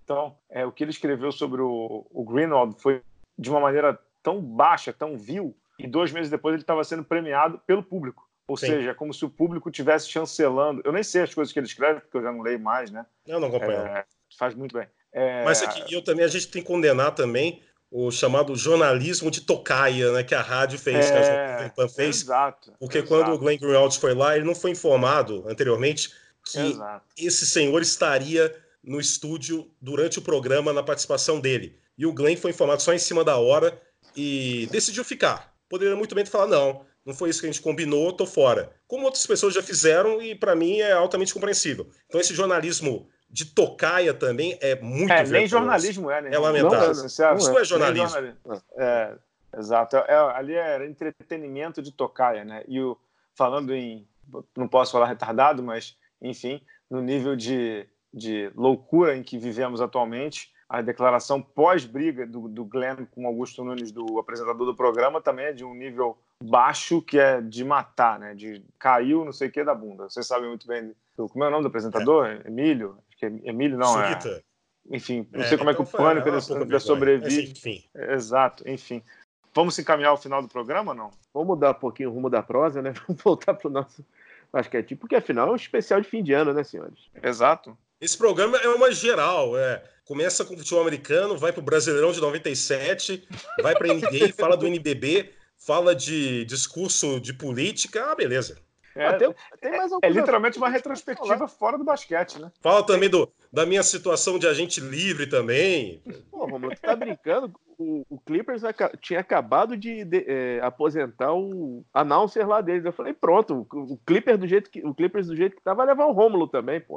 Então, o que ele escreveu sobre o Greenwald foi de uma maneira tão baixa, tão vil, e 2 meses depois ele estava sendo premiado pelo público. Ou seja, é como se o público estivesse chancelando. Eu nem sei as coisas que ele escreve, porque eu já não leio mais, né? Eu não acompanho. Faz muito bem. Mas aqui a gente tem que condenar também o chamado jornalismo de tocaia, né, que a rádio fez, que a Jovem Pan fez. Exato. Porque quando o Glenn Greenwald foi lá, ele não foi informado anteriormente que esse senhor estaria no estúdio durante o programa, na participação dele. E o Glenn foi informado só em cima da hora e decidiu ficar. Poderia muito bem falar, não foi isso que a gente combinou, tô fora. Como outras pessoas já fizeram e para mim é altamente compreensível. Então esse jornalismo de tocaia também é muito vergonhoso. Nem jornalismo né? É lamentável. Isso não é jornalismo. Exato. Ali era entretenimento de tocaia, né? E falando em... Não posso falar retardado, mas, enfim, no nível de loucura em que vivemos atualmente, a declaração pós-briga do Glenn com Augusto Nunes, do apresentador do programa, também é de um nível baixo, que é de matar, né? De caiu não sei o que da bunda. Vocês sabem muito bem. Como é o nome do apresentador? Emílio? Acho que é Emílio, não Surita. Enfim, não sei como é que o Pânico ainda sobrevive. Enfim. Exato, enfim. Vamos encaminhar ao final do programa, não? Vamos mudar um pouquinho o rumo da prosa, né? Vamos voltar para o nosso basquete, porque afinal é um especial de fim de ano, né, senhores? Exato. Esse programa é uma geral, começa com o futebol americano, vai para o Brasileirão de 97, vai para a NBA, fala do NBB, fala de discurso de política, beleza. Tem mais literalmente uma retrospectiva fora do basquete, né? Fala também da minha situação de agente livre também. Pô, Romulo, tu tá brincando? O Clippers tinha acabado de aposentar o announcer lá deles. Eu falei, pronto, o Clippers do jeito que tá vai levar o Rômulo também, pô.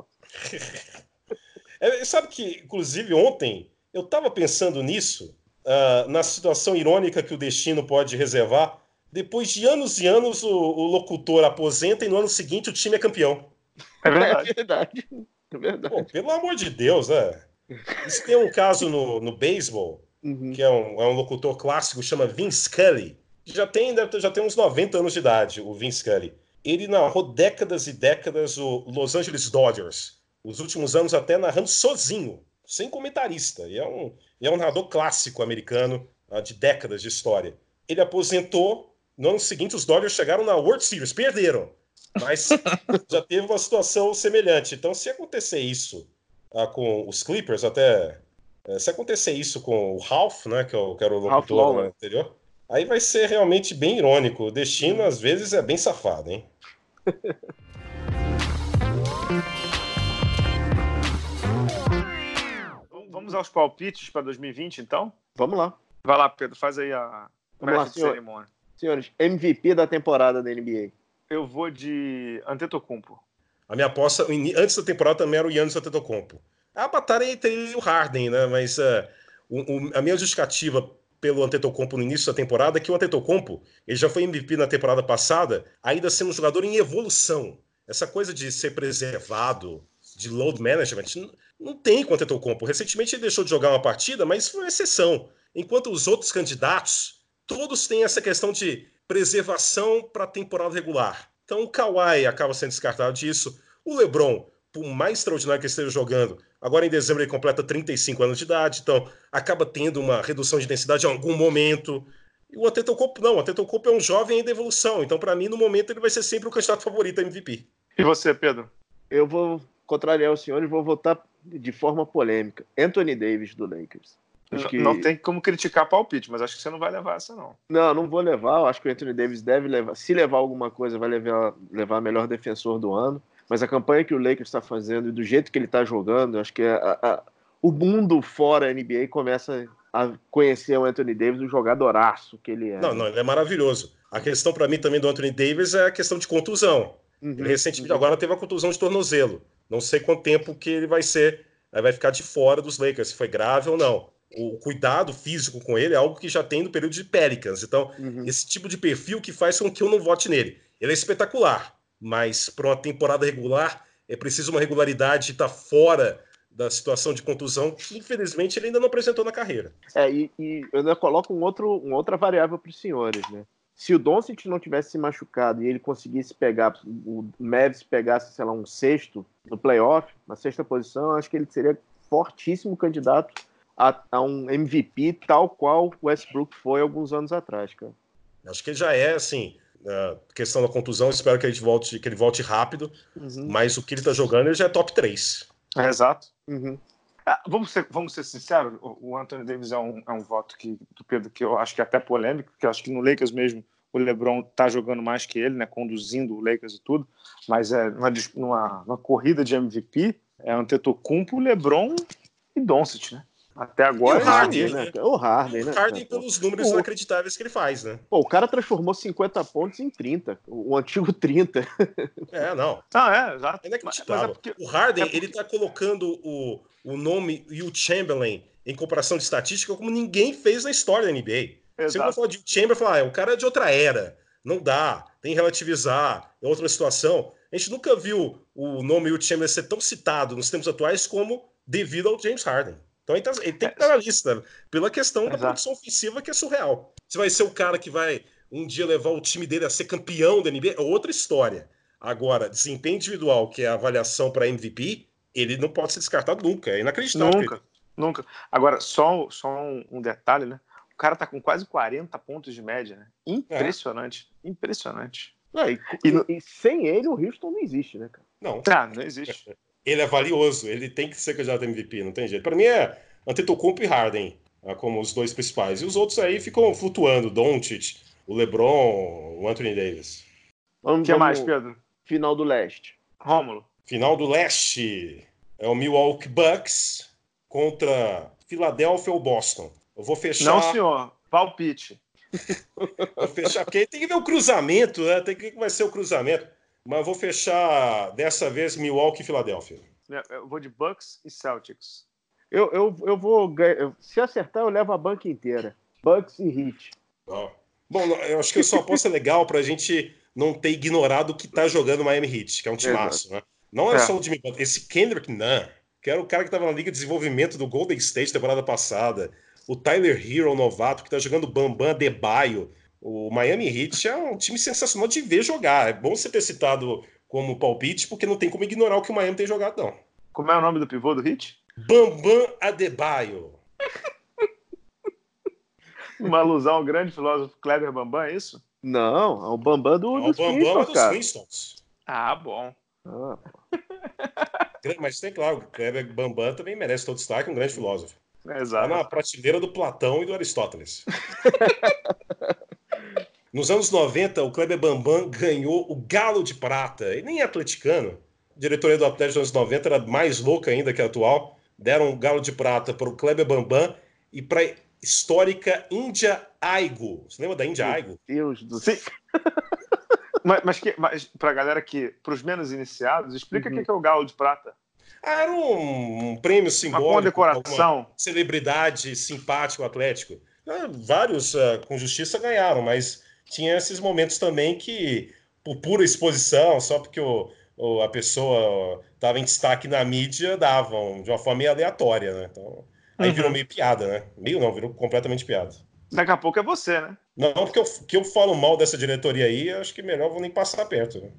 Sabe que, inclusive, ontem eu tava pensando nisso, na situação irônica que o destino pode reservar. Depois de anos e anos, o locutor aposenta e no ano seguinte o time é campeão. É verdade. É verdade. Pô, pelo amor de Deus, Isso tem um caso no beisebol, que é um locutor clássico, chama Vin Scully. Já tem uns 90 anos de idade, o Vin Scully. Ele narrou décadas e décadas o Los Angeles Dodgers. Os últimos anos até narrando sozinho, sem comentarista. E é um narrador clássico americano, de décadas de história. Ele aposentou. No ano seguinte, os Dodgers chegaram na World Series, perderam. Mas já teve uma situação semelhante. Então, se acontecer isso com os Clippers, se acontecer isso com o Ralph, né, que era o locutor anterior, aí vai ser realmente bem irônico. O destino, às vezes, é bem safado, hein? Vamos aos palpites para 2020, então? Vamos lá. Vai lá, Pedro, faz aí a cerimônia. Senhores, MVP da temporada da NBA. Eu vou de Antetokounmpo. A minha aposta, antes da temporada, também era o Giannis Antetokounmpo. A batalha entre ele e o Harden, né? Mas a minha justificativa pelo Antetokounmpo no início da temporada é que o Antetokounmpo, ele já foi MVP na temporada passada, ainda sendo um jogador em evolução. Essa coisa de ser preservado, de load management, não tem com o Antetokounmpo. Recentemente ele deixou de jogar uma partida, mas foi uma exceção. Enquanto os outros candidatos, todos têm essa questão de preservação para a temporada regular. Então o Kawhi acaba sendo descartado disso. O LeBron, por mais extraordinário que ele esteja jogando, agora em dezembro ele completa 35 anos de idade, então acaba tendo uma redução de intensidade em algum momento. E o Antetokounmpo não, o Antetokounmpo é um jovem ainda em evolução, então para mim no momento ele vai ser sempre o candidato favorito a MVP. E você, Pedro? Eu vou contrariar o senhor e vou votar de forma polêmica. Anthony Davis do Lakers. Não tem como criticar palpite, mas acho que você não vai levar essa, não. Não vou levar. Eu acho que o Anthony Davis deve levar. Se levar alguma coisa, vai levar melhor defensor do ano. Mas a campanha que o Lakers está fazendo e do jeito que ele está jogando, acho que o mundo fora NBA começa a conhecer o Anthony Davis, o jogadoraço que ele é. Não, ele é maravilhoso. A questão para mim também do Anthony Davis é a questão de contusão. Ele recentemente agora teve uma contusão de tornozelo. Não sei quanto tempo que ele vai ficar de fora dos Lakers, se foi grave ou não. O cuidado físico com ele é algo que já tem no período de Pelicans. Então, esse tipo de perfil que faz com que eu não vote nele. Ele é espetacular, mas para uma temporada regular é preciso uma regularidade de estar fora da situação de contusão que, infelizmente, ele ainda não apresentou na carreira. E eu ainda coloco uma outra variável para os senhores, né? Se o Doncic não tivesse se machucado e ele conseguisse pegar, o Mavs pegasse, sei lá, um sexto no playoff, uma sexta posição, acho que ele seria fortíssimo candidato a um MVP tal qual o Westbrook foi alguns anos atrás, cara. Acho que ele já é, assim, questão da contusão, espero que ele volte rápido, mas o que ele tá jogando, ele já é top 3. Exato. Vamos ser sinceros, o Anthony Davis é um voto do Pedro que eu acho que é até polêmico, porque eu acho que no Lakers mesmo o LeBron tá jogando mais que ele, né, conduzindo o Lakers e tudo, mas numa corrida de MVP é Antetokounmpo, LeBron e Doncic, né? Até agora o Harden, né? O Harden, né? O Harden pelos números inacreditáveis que ele faz, né? Pô, o cara transformou 50 pontos em 30, o antigo 30. Não. Exato. É inacreditável. O Harden, ele tá colocando o nome Will Chamberlain em comparação de estatística como ninguém fez na história da NBA. Você vai falar de Chamberlain, falar, o cara é de outra era, não dá, tem que relativizar, é outra situação. A gente nunca viu o nome Will Chamberlain ser tão citado nos tempos atuais como devido ao James Harden. Então ele tem que estar na lista, pela questão da produção ofensiva que é surreal. Você vai ser o cara que vai um dia levar o time dele a ser campeão da NBA, é outra história. Agora, desempenho individual, que é a avaliação para MVP, ele não pode ser descartado nunca, é inacreditável. Nunca. Agora, só um detalhe, né? O cara tá com quase 40 pontos de média, né? Impressionante. E sem ele, o Houston não existe, né, cara? Não existe. Ele é valioso, ele tem que ser candidato a MVP, não tem jeito. Para mim é Antetokounmpo e Harden como os dois principais. E os outros aí ficam flutuando, Doncic, o LeBron, o Anthony Davis. O que mais, Pedro? Final do leste. Rômulo. Final do leste é o Milwaukee Bucks contra Philadelphia ou Boston. Eu vou fechar... Não, senhor. Palpite. Vou fechar, porque tem que ver o cruzamento, né? Tem que ver como vai ser o cruzamento. Mas eu vou fechar, dessa vez, Milwaukee e Filadélfia. Eu vou de Bucks e Celtics. Eu vou... Se acertar, eu levo a banca inteira. Bucks e Heat. Bom, eu acho que a sua aposta é legal pra gente não ter ignorado o que tá jogando o Miami Heat, que é um timaço, né? Não é só o Jimmy Butler. Esse Kendrick Nunn, que era o cara que tava na Liga de Desenvolvimento do Golden State temporada passada. O Tyler Hero, novato, que tá jogando Bambam Adebayo. O Miami Heat é um time sensacional de ver jogar. É bom você ter citado como palpite, porque não tem como ignorar o que o Miami tem jogado, não. Como é o nome do pivô do Heat? Bambam Adebayo. Uma alusão ao grande filósofo Kleber Bambam, é isso? Não, é o Bambam dos Flintstones. Bom. Mas tem claro, o Kleber Bambam também merece todo destaque, um grande filósofo. Exato. Tá na prateleira do Platão e do Aristóteles. Nos anos 90, o Kleber Bambam ganhou o Galo de Prata. Ele nem é atleticano. A diretoria do Atlético dos anos 90 era mais louca ainda que a atual. Deram o Galo de Prata para o Kleber Bambam e para a histórica Índia Aigo. Você lembra da Índia Aigo? Meu Deus do céu. Mas para a galera para os menos iniciados, explica o que é o Galo de Prata. Era um prêmio simbólico. Uma condecoração. Celebridade simpática ao Atlético. Vários, com justiça, ganharam, mas tinha esses momentos também que, por pura exposição, só porque a pessoa estava em destaque na mídia, davam de uma forma meio aleatória, né? Então, aí virou meio piada, né? Virou completamente piada. Daqui a pouco é você, né? Não, porque eu falo mal dessa diretoria aí, acho que melhor eu vou nem passar perto. Né?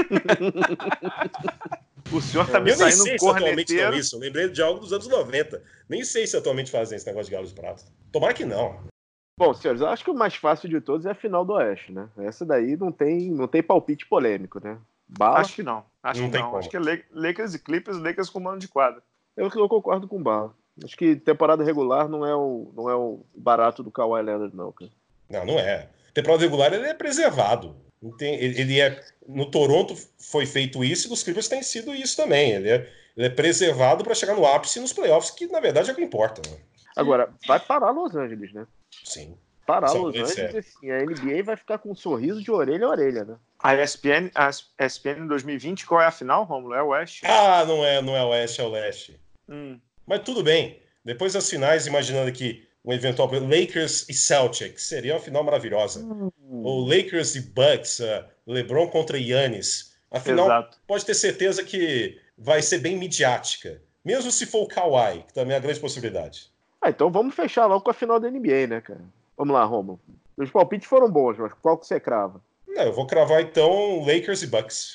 O senhor tá me saindo um corneteiro. Isso. Eu lembrei de algo dos anos 90. Nem sei se atualmente fazem esse negócio de Galo de Prata. Tomara que não. Bom, senhores, eu acho que o mais fácil de todos é a final do Oeste, né? Essa daí não tem palpite polêmico, né? Bala? Acho que não. Acho que é Lakers e Clippers, Lakers com mano de quadra. Eu concordo com o Bala. Acho que temporada regular não é o barato do Kawhi Leonard, não, cara. Não é. Temporada regular ele é preservado. Ele é... No Toronto foi feito isso e nos Clippers tem sido isso também. Ele é preservado para chegar no ápice nos playoffs, que na verdade é o que importa. Né? Agora, vai parar Los Angeles, né? Sim. Parar Los Angeles, assim, a NBA vai ficar com um sorriso de orelha a orelha, né? A ESPN em 2020, qual é a final, Rômulo? É o Oeste? Não é o Oeste, é o Leste. Mas tudo bem. Depois das finais, imaginando que um eventual Lakers e Celtics seria uma final maravilhosa. Ou Lakers e Bucks, LeBron contra Giannis. Afinal, exato, pode ter certeza que vai ser bem midiática. Mesmo se for o Kawhi, que também é a grande possibilidade. Então vamos fechar logo com a final da NBA, né, cara? Vamos lá, Romulo. Os palpites foram bons, mas qual que você crava? Eu vou cravar, então, Lakers e Bucks.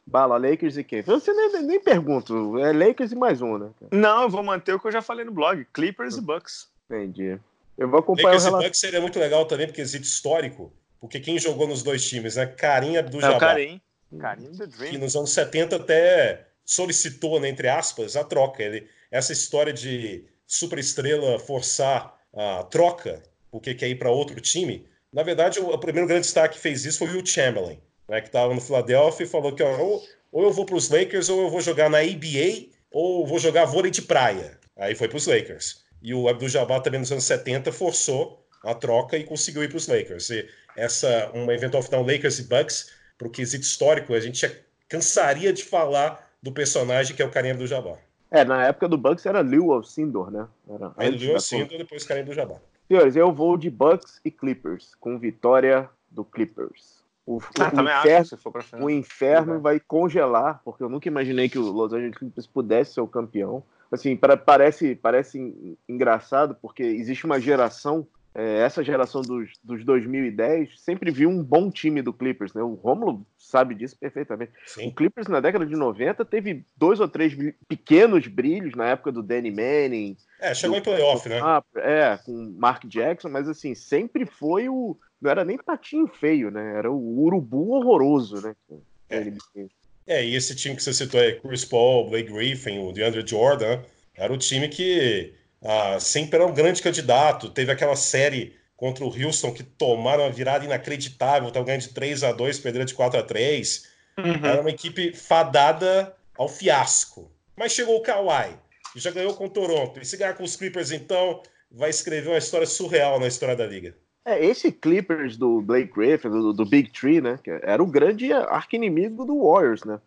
Bala, Lakers e quem? Você nem pergunto, é Lakers e mais um, né? Não, eu vou manter o que eu já falei no blog, Clippers e Bucks. Entendi. Eu vou acompanhar Lakers e Bucks seria muito legal também, porque existe histórico, porque quem jogou nos dois times, né? Kareem Abdul-Jabbar. É o Kareem the Dream. Que nos anos 70 até solicitou, né, entre aspas, a troca. Essa história de superestrela forçar a troca, porque quer ir para outro time, na verdade, o primeiro grande destaque que fez isso foi o Will Chamberlain, né, que estava no Philadelphia e falou que ou eu vou para os Lakers, ou eu vou jogar na ABA, ou vou jogar vôlei de praia. Aí foi para os Lakers. E o Abdul-Jabbar também nos anos 70 forçou a troca e conseguiu ir para os Lakers. E uma eventual final Lakers e Bucks, para o quesito histórico, a gente cansaria de falar do personagem que é o Kareem Abdul-Jabbar. Na época do Bucks era Lew Alcindor, né? Lew Alcindor, depois Kareem Abdul-Jabbar. Senhores, eu vou de Bucks e Clippers, com vitória do Clippers. O inferno vai congelar, porque eu nunca imaginei que o Los Angeles Clippers pudesse ser o campeão. Assim, parece engraçado, porque existe uma geração, essa geração dos 2010, sempre viu um bom time do Clippers, né? O Rômulo sabe disso perfeitamente. Sim. O Clippers, na década de 90, teve 2 ou 3 pequenos brilhos, na época do Danny Manning. Chegou em playoff, né? Com Mark Jackson, mas assim, sempre foi não era nem patinho feio, né? Era o urubu horroroso, né? E esse time que você citou aí, Chris Paul, Blake Griffin, o DeAndre Jordan, era o time que sempre era um grande candidato. Teve aquela série contra o Houston que tomaram uma virada inacreditável, estavam ganhando de 3-2, perderam de 4-3. Era uma equipe fadada ao fiasco. Mas chegou o Kawhi, que já ganhou com o Toronto. E se ganhar com os Clippers, então, vai escrever uma história surreal na história da liga. Esse Clippers do Blake Griffin, do Big Tree, né? Que era o grande arqui-inimigo do Warriors, né?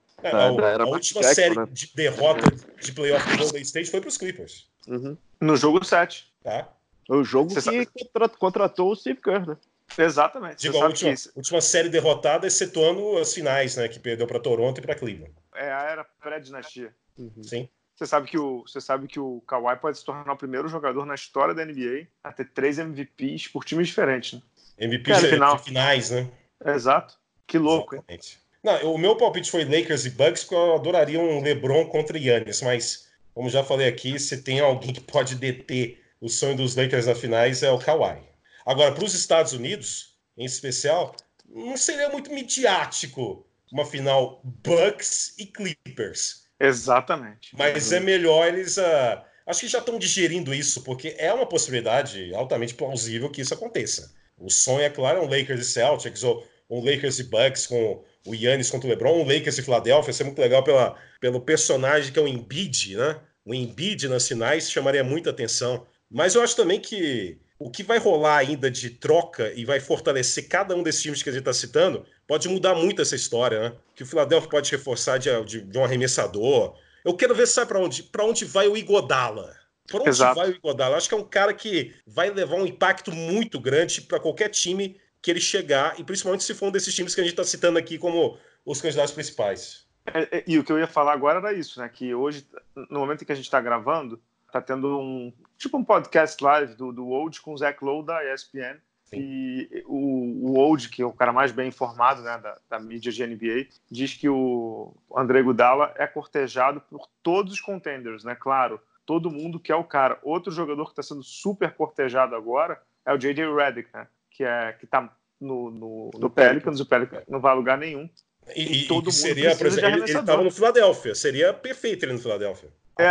A última série de derrota de playoff do Golden State foi para os Clippers. Uhum. No jogo 7. Tá? O jogo contratou o Steve Kerr, né? Exatamente. Digo, a última série derrotada, excetuando as finais, né? Que perdeu para Toronto e para Cleveland. É a era pré-dinastia. Sim. Você sabe que o Kawhi pode se tornar o primeiro jogador na história da NBA a ter 3 MVPs por times diferentes, né? MVPs de finais, né? Exato. Que louco, exatamente. Hein? Não, o meu palpite foi Lakers e Bucks, porque eu adoraria um LeBron contra Giannis, mas, como já falei aqui, se tem alguém que pode deter o sonho dos Lakers na finais, é o Kawhi. Agora, para os Estados Unidos, em especial, não seria muito midiático uma final Bucks e Clippers. Exatamente. Mas é melhor eles... acho que já estão digerindo isso, porque é uma possibilidade altamente plausível que isso aconteça. O sonho, é claro, é um Lakers e Celtics, ou um Lakers e Bucks com o Giannis contra o LeBron, um Lakers e Philadelphia. Isso é muito legal pelo personagem que é o Embiid, né? O Embiid nas finais chamaria muita atenção. Mas eu acho também que o que vai rolar ainda de troca e vai fortalecer cada um desses times que a gente está citando pode mudar muito essa história, né? Que o Philadelphia pode reforçar de um arremessador. Eu quero ver, sabe para onde vai o Iguodala? Para onde vai o Iguodala? Acho que é um cara que vai levar um impacto muito grande para qualquer time que ele chegar, e principalmente se for um desses times que a gente está citando aqui como os candidatos principais. E o que eu ia falar agora era isso, né? Que hoje, no momento em que a gente está gravando, tá tendo um podcast live do Woj com o Zach Lowe da ESPN. Sim. E o Woj, que é o cara mais bem informado, né, da mídia de NBA, diz que o André Iguodala é cortejado por todos os contenders, né? Claro, todo mundo quer o cara. Outro jogador que está sendo super cortejado agora é o J.J. Redick, né? Que tá no Pelicans. O Pelicans não vai a lugar nenhum. E todo mundo seria, por exemplo, ele estava no Philadelphia. Seria perfeito ele no Philadelphia.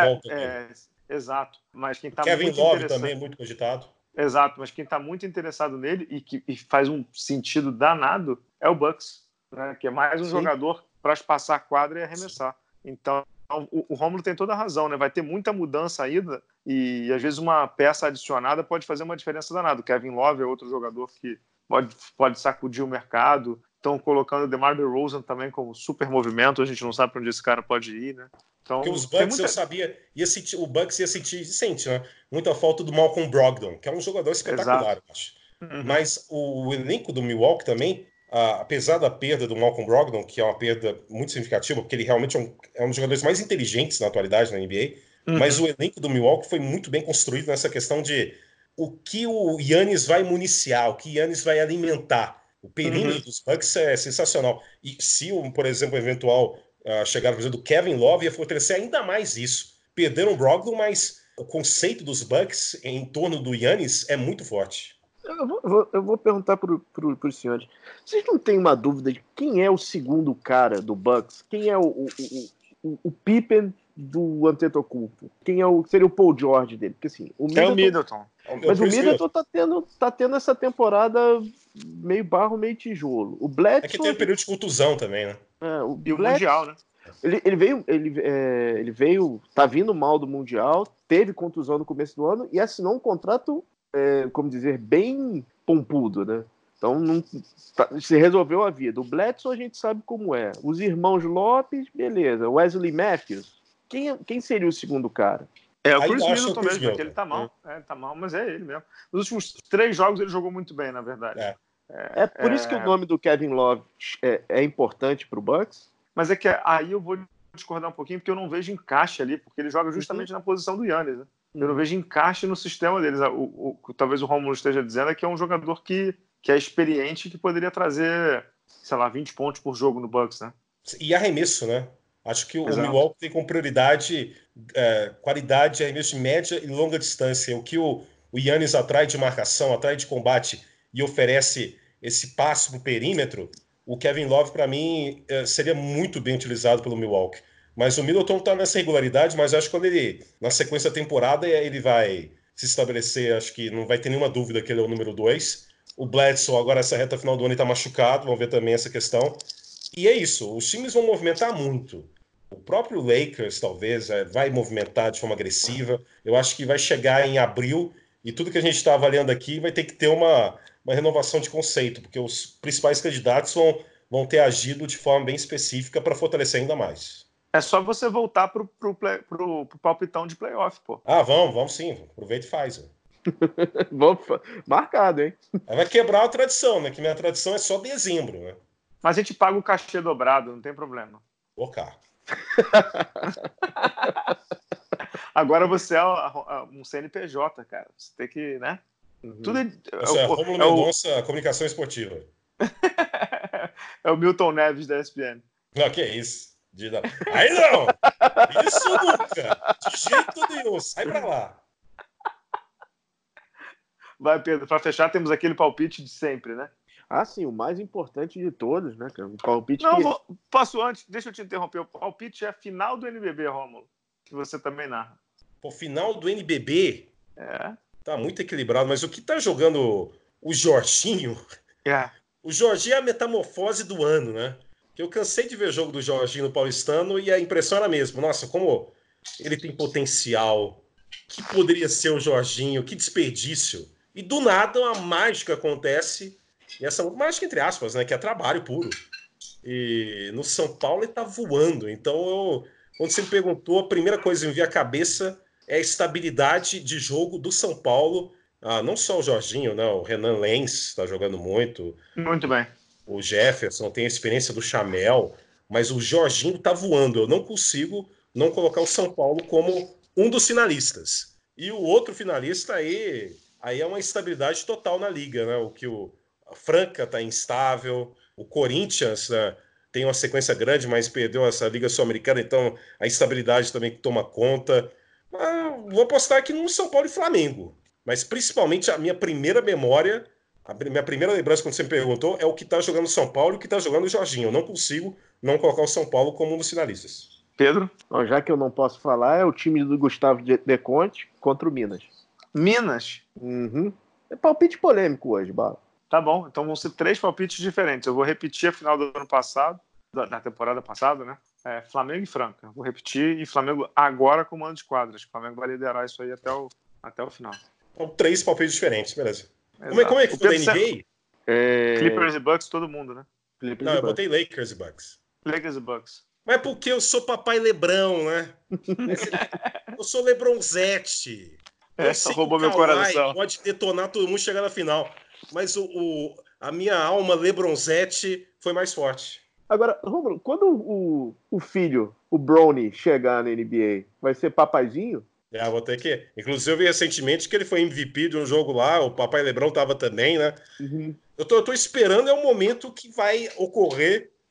Exato. Mas quem tá Kevin Love também é muito cogitado. Exato, mas quem está muito interessado nele e faz um sentido danado é o Bucks, né? Que é mais um jogador para passar a quadra e arremessar. Então, o Rômulo tem toda a razão, né? Vai ter muita mudança ainda e às vezes uma peça adicionada pode fazer uma diferença danada. O Kevin Love é outro jogador que pode sacudir o mercado. Estão colocando o DeMar DeRozan também como super movimento. A gente não sabe para onde esse cara pode ir, né? Então, porque os Bucks, eu sabia, o Bucks sente, né? Muita falta do Malcolm Brogdon, que é um jogador espetacular, eu acho. Uhum. Mas o elenco do Milwaukee também, apesar da perda do Malcolm Brogdon, que é uma perda muito significativa, porque ele realmente é um dos jogadores mais inteligentes na atualidade na NBA, mas o elenco do Milwaukee foi muito bem construído nessa questão de o que o Giannis vai municiar, o que o Giannis vai alimentar. O perímetro dos Bucks é sensacional. E se, por exemplo, eventual a chegada, por exemplo, do Kevin Love ia fortalecer ainda mais isso. Perderam o Brogdon, mas o conceito dos Bucks em torno do Giannis é muito forte. Eu vou perguntar para os senhores. Vocês não têm uma dúvida de quem é o segundo cara do Bucks? Quem é o Pippen do Antetokounmpo? Quem seria o Paul George dele? Porque assim, o Middleton. Mas o Middleton tá tendo essa temporada meio barro, meio tijolo. O Bledsoe... É que tem um período de contusão também, né? O Mundial, né? Ele veio, tá vindo mal do Mundial, teve contusão no começo do ano e assinou um contrato, como dizer, bem pompudo, né? Então se resolveu a vida. O Bledsoe a gente sabe como é. Os irmãos Lopes, beleza. Wesley Matthews, quem seria o segundo cara? O Chris Middleton mesmo, porque ele tá mal. Ele tá mal, mas é ele mesmo. Nos últimos 3 jogos ele jogou muito bem, na verdade. É por isso que o nome do Kevin Love é importante pro Bucks? Mas é que aí eu vou discordar um pouquinho, porque eu não vejo encaixe ali, porque ele joga justamente na posição do Giannis, né? Eu não vejo encaixe no sistema deles. Talvez o Rômulo esteja dizendo é que é um jogador que é experiente, que poderia trazer, sei lá, 20 pontos por jogo no Bucks, né? E arremesso, né? Acho que o Milwaukee tem como prioridade qualidade de arremesso de média e longa distância. O que o Giannis atrai de marcação, atrai de combate e oferece esse passo para o perímetro, o Kevin Love, para mim, seria muito bem utilizado pelo Milwaukee. Mas o Middleton está nessa regularidade, mas acho que quando ele, na sequência da temporada, ele vai se estabelecer, acho que não vai ter nenhuma dúvida que ele é o número 2. O Bledsoe, agora essa reta final do ano, está machucado, vamos ver também essa questão. E é isso, os times vão movimentar muito. O próprio Lakers, talvez, vai movimentar de forma agressiva. Eu acho que vai chegar em abril e tudo que a gente está avaliando aqui vai ter que ter uma renovação de conceito, porque os principais candidatos vão ter agido de forma bem específica para fortalecer ainda mais. É só você voltar pro palpitão de playoff, pô. Vamos sim. Aproveita e faz. Marcado, hein? Aí vai quebrar a tradição, né? Que minha tradição é só dezembro, né? Mas a gente paga o cachê dobrado, não tem problema. Cá. Agora você é um CNPJ, cara. Você tem que, né? Tudo é Rômulo Mendonça, comunicação esportiva. É o Milton Neves da ESPN. Não, que é isso? Aí não! Isso nunca! De jeito nenhum! Sai pra lá! Vai, Pedro. Pra fechar, temos aquele palpite de sempre, né? Sim, o mais importante de todos, né, cara? O palpite posso antes? Deixa eu te interromper. O palpite é a final do NBB, Rômulo, que você também narra. O final do NBB? Tá muito equilibrado, mas o que tá jogando o Jorginho... O Jorginho é a metamorfose do ano, né? Que eu cansei de ver jogo do Jorginho no Paulistano e a impressão era a mesma. Nossa, como ele tem potencial. Que poderia ser o Jorginho, que desperdício. E do nada uma mágica acontece, e essa mágica entre aspas, né? Que é trabalho puro. E no São Paulo ele tá voando. Então, quando você me perguntou, a primeira coisa que me veio à cabeça é a estabilidade de jogo do São Paulo. Não só o Jorginho, né? O Renan Lenz está jogando muito. Muito bem. O Jefferson tem a experiência do Chamel, mas o Jorginho tá voando. Eu não consigo não colocar o São Paulo como um dos finalistas. E o outro finalista aí é uma estabilidade total na liga, né? A Franca tá instável, o Corinthians, né, tem uma sequência grande, mas perdeu essa Liga Sul-Americana, então a instabilidade também toma conta. Vou apostar aqui no São Paulo e Flamengo. Mas principalmente a minha primeira memória, a minha primeira lembrança quando você me perguntou, é o que está jogando o São Paulo e o que está jogando o Jorginho. Eu não consigo não colocar o São Paulo como um dos finalistas. Pedro? Já que eu não posso falar, é o time do Gustavo De Conte contra o Minas. Minas? Uhum. É palpite polêmico hoje, Bala. Tá bom, então vão ser 3 palpites diferentes. Eu vou repetir a final do ano passado, da temporada passada, né? Flamengo e Franca. Vou repetir, e Flamengo agora com mando de quadras. O Flamengo vai liderar isso aí até o final. Então, 3 palpites diferentes, beleza. Como é que ficou da NBA? Clippers e Bucks, todo mundo, né? Eu botei Lakers e Bucks. Lakers e Bucks. Mas porque eu sou papai Lebrão, né? Eu sou Lebronzete. Essa roubou meu coração. Pode detonar todo mundo chegar na final. Mas a minha alma Lebronzete foi mais forte. Agora, Romulo, quando o filho, o Brownie, chegar na NBA, vai ser papaizinho? Vou ter que... Inclusive, eu vi recentemente que ele foi MVP de um jogo lá, o papai Lebrão tava também, né? Uhum. Eu tô esperando, é o momento que vai ocorrer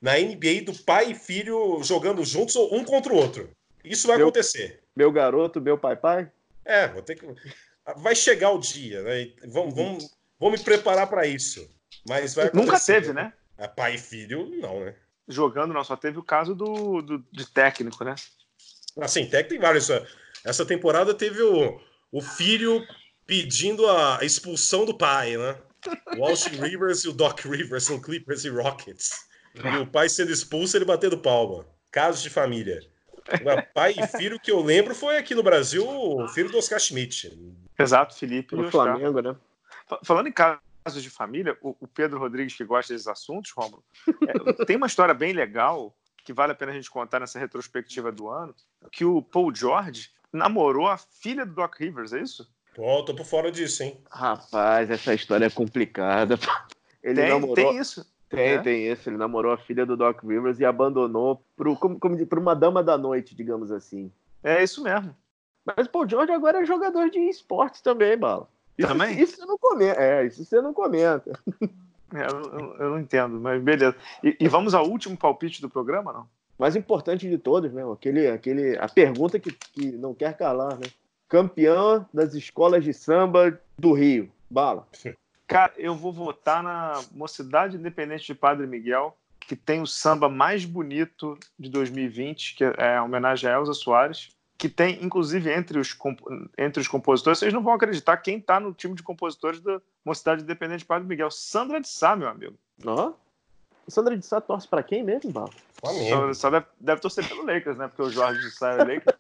na NBA do pai e filho jogando juntos, um contra o outro. Isso vai acontecer. Meu garoto, meu pai? Vou ter que... Vai chegar o dia, né? Vamos me preparar para isso. Mas vai acontecer. Nunca teve, né? Pai e filho, não, né? Jogando, não. Só teve o caso de técnico, né? Assim, técnico tem vários. Essa temporada teve o filho pedindo a expulsão do pai, né? O Austin Rivers e o Doc Rivers são Clippers e Rockets. E o pai sendo expulso, ele batendo palma. Casos de família. Pai e filho que eu lembro foi aqui no Brasil o filho do Oscar Schmidt. Exato, Felipe. No Flamengo, né? Falando em casos de família, o Pedro Rodrigues, que gosta desses assuntos, Rômulo, tem uma história bem legal que vale a pena a gente contar nessa retrospectiva do ano, que o Paul George namorou a filha do Doc Rivers, é isso? Pô, tô por fora disso, hein? Rapaz, essa história é complicada. Tem isso. Tem isso. Ele namorou a filha do Doc Rivers e abandonou por uma dama da noite, digamos assim. É isso mesmo. Mas o Paul George agora é jogador de esportes também, Bala. Também? Isso você não comenta. Isso você não comenta. Eu não entendo, mas beleza. E vamos ao último palpite do programa, não? Mais importante de todos, né? A pergunta que não quer calar, né? Campeão das escolas de samba do Rio. Bala. Cara, eu vou votar na Mocidade Independente de Padre Miguel, que tem o samba mais bonito de 2020, que é a homenagem a Elza Soares, que tem, inclusive, entre os compositores, vocês não vão acreditar quem está no time de compositores da Mocidade Independente de Padre Miguel. Sandra de Sá, meu amigo. Sandra de Sá torce para quem mesmo, Bala? Sandra de Sá deve torcer pelo Lakers, né? Porque o Jorge de Sá é Lakers.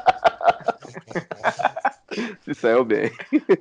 Se saiu bem.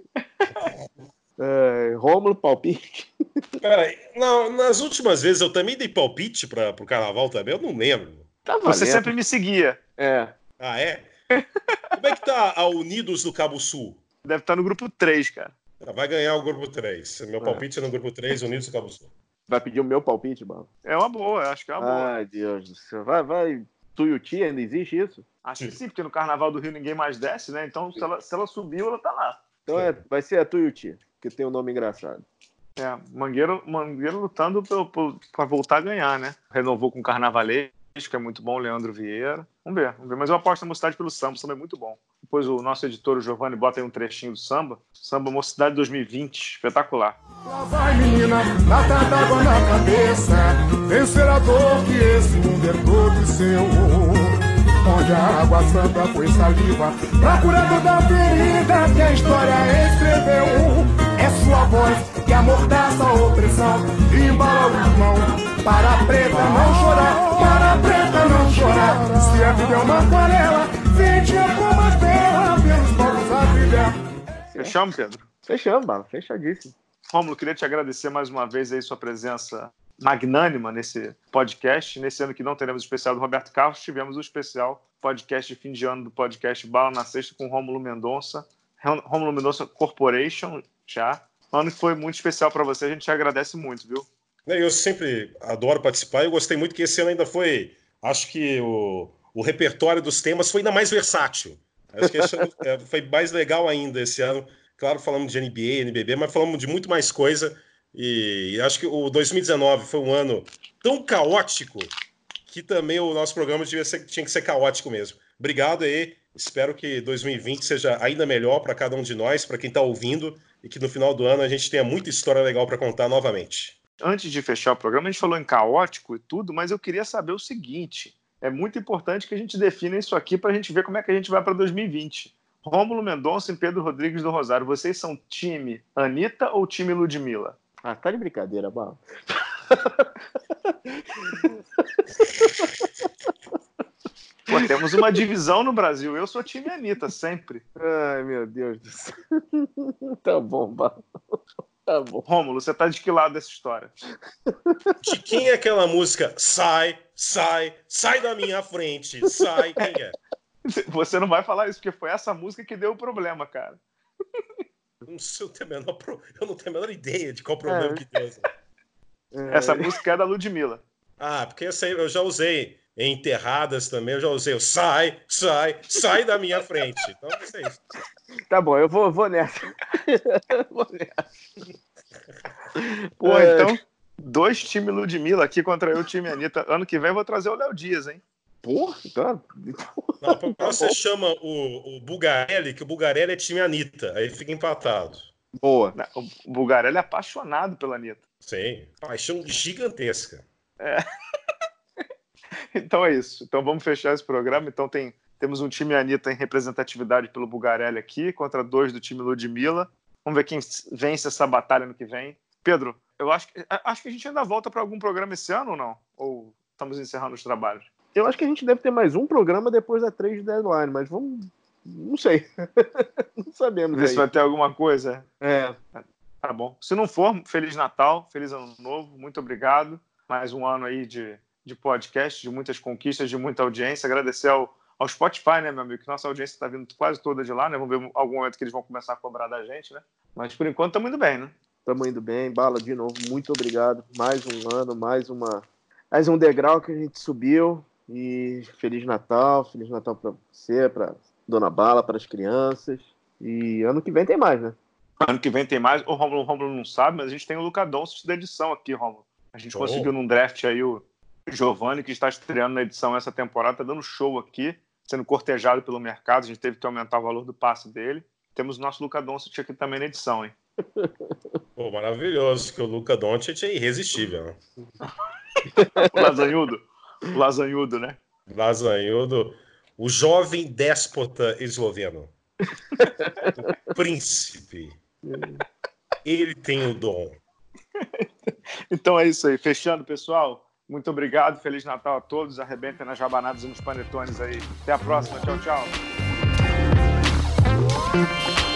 Rômulo, palpite. Peraí, não, nas últimas vezes eu também dei palpite para o carnaval também, eu não lembro. Você sempre me seguia. Ah, é? Como é que tá a Unidos do Cabo Sul? Deve estar no grupo 3, cara. Vai ganhar o grupo 3. Meu palpite é no grupo 3, Unidos do Cabo Sul. Vai pedir o meu palpite, Bala? É uma boa, acho que é uma boa. Ai, Deus do céu. Vai. Tuiuti, ainda existe isso? Acho que sim, porque no Carnaval do Rio ninguém mais desce, né? Então, se ela subiu, ela tá lá. Então vai ser a Tuiuti, que tem um nome engraçado. Mangueiro lutando para voltar a ganhar, né? Renovou com o Carnavalês, que é muito bom, Leandro Vieira. Vamos ver. Mas eu aposto na Mocidade pelo samba. O samba é muito bom. Depois o nosso editor, o Giovanni, bota aí um trechinho do samba. Samba Mocidade 2020. Espetacular. Lá vai, menina, lata d'água na cabeça. Vencer a dor que esse mundo é todo seu. Onde a água santa foi saliva pra curar toda a ferida que a história escreveu. É sua voz que amordaça a opressão e embala o irmão. Para a preta não chorar, para a preta não chorar. Se a vida é uma aquarela, vende a cor mais bela pelos povos a brilhar. Fechamos, Pedro? Fechamos, Bala. Fechadíssimo. Rômulo, queria te agradecer mais uma vez aí sua presença magnânima nesse podcast. Nesse ano que não teremos o especial do Roberto Carlos, tivemos o especial podcast de fim de ano do podcast Bala na Sexta com Rômulo Mendonça. Rômulo Mendonça Corporation, já. Um ano que foi muito especial para você, a gente te agradece muito, viu? Eu sempre adoro participar, eu gostei muito que esse ano ainda foi, acho que o repertório dos temas foi ainda mais versátil. Acho que esse ano foi mais legal ainda esse ano. Claro, falamos de NBA, NBB, mas falamos de muito mais coisa. E acho que o 2019 foi um ano tão caótico que também o nosso programa tinha que ser caótico mesmo. Obrigado aí. Espero que 2020 seja ainda melhor para cada um de nós, para quem está ouvindo, e que no final do ano a gente tenha muita história legal para contar novamente. Antes de fechar o programa, a gente falou em caótico e tudo, mas eu queria saber o seguinte. É muito importante que a gente defina isso aqui para a gente ver como é que a gente vai para 2020. Rômulo Mendonça e Pedro Rodrigues do Rosário, vocês são time Anitta ou time Ludmilla? Tá de brincadeira, Bala. Pô, temos uma divisão no Brasil. Eu sou time Anitta, sempre. Ai, meu Deus do céu. Tá bom, Bala. Tá bom. Rômulo, você tá de que lado dessa história? De quem é aquela música? Sai da minha frente, sai, quem é? Você não vai falar isso, porque foi essa música que deu o problema, cara. Eu não tenho a menor ideia de qual problema que deu. Essa música é da Ludmilla. Porque essa aí eu já usei em enterradas também, eu já usei o sai da minha frente. Então, não sei isso. Tá bom, eu vou nessa. Pô, então, 2 times Ludmilla aqui contra eu, time Anitta. Ano que vem eu vou trazer o Léo Dias, hein? Porra, cara. Não, você chama o Bugarelli, que o Bugarelli é time Anitta. Aí fica empatado. Boa. O Bugarelli é apaixonado pela Anitta. Sim, paixão gigantesca. Então é isso. Então vamos fechar esse programa. Então temos um time Anitta em representatividade pelo Bugarelli aqui, contra 2 do time Ludmilla. Vamos ver quem vence essa batalha no que vem. Pedro, eu acho que a gente ainda volta para algum programa esse ano ou não? Ou estamos encerrando os trabalhos? Eu acho que a gente deve ter mais um programa depois da 3 de deadline, mas vamos... Não sei. Não sabemos. Ver se vai ter alguma coisa. É. Tá bom. Se não for, Feliz Natal, Feliz Ano Novo. Muito obrigado. Mais um ano aí de podcast, de muitas conquistas, de muita audiência. Agradecer ao Spotify, né, meu amigo? Que nossa audiência está vindo quase toda de lá, né? Vamos ver algum momento que eles vão começar a cobrar da gente, né? Mas por enquanto estamos indo bem, né? Estamos indo bem. Bala, de novo, muito obrigado. Mais um ano, mais um degrau que a gente subiu. E Feliz Natal para você, para Dona Bala, para as crianças. E ano que vem tem mais, né? Ano que vem tem mais. O Rômulo não sabe, mas a gente tem o Luca Doncic da edição aqui, Rômulo. A gente conseguiu num draft aí o Giovanni, que está estreando na edição essa temporada, tá dando show aqui, sendo cortejado pelo mercado. A gente teve que aumentar o valor do passe dele. Temos o nosso Luca Doncic aqui também na edição, hein? Pô, maravilhoso, que o Luca Doncic é irresistível, né? O lasanhudo, né? Lasanhudo, o jovem déspota esloveno. O príncipe. Ele tem o dom. Então é isso aí. Fechando, pessoal. Muito obrigado. Feliz Natal a todos. Arrebentem nas rabanadas e nos panetones aí. Até a próxima. Tchau, tchau.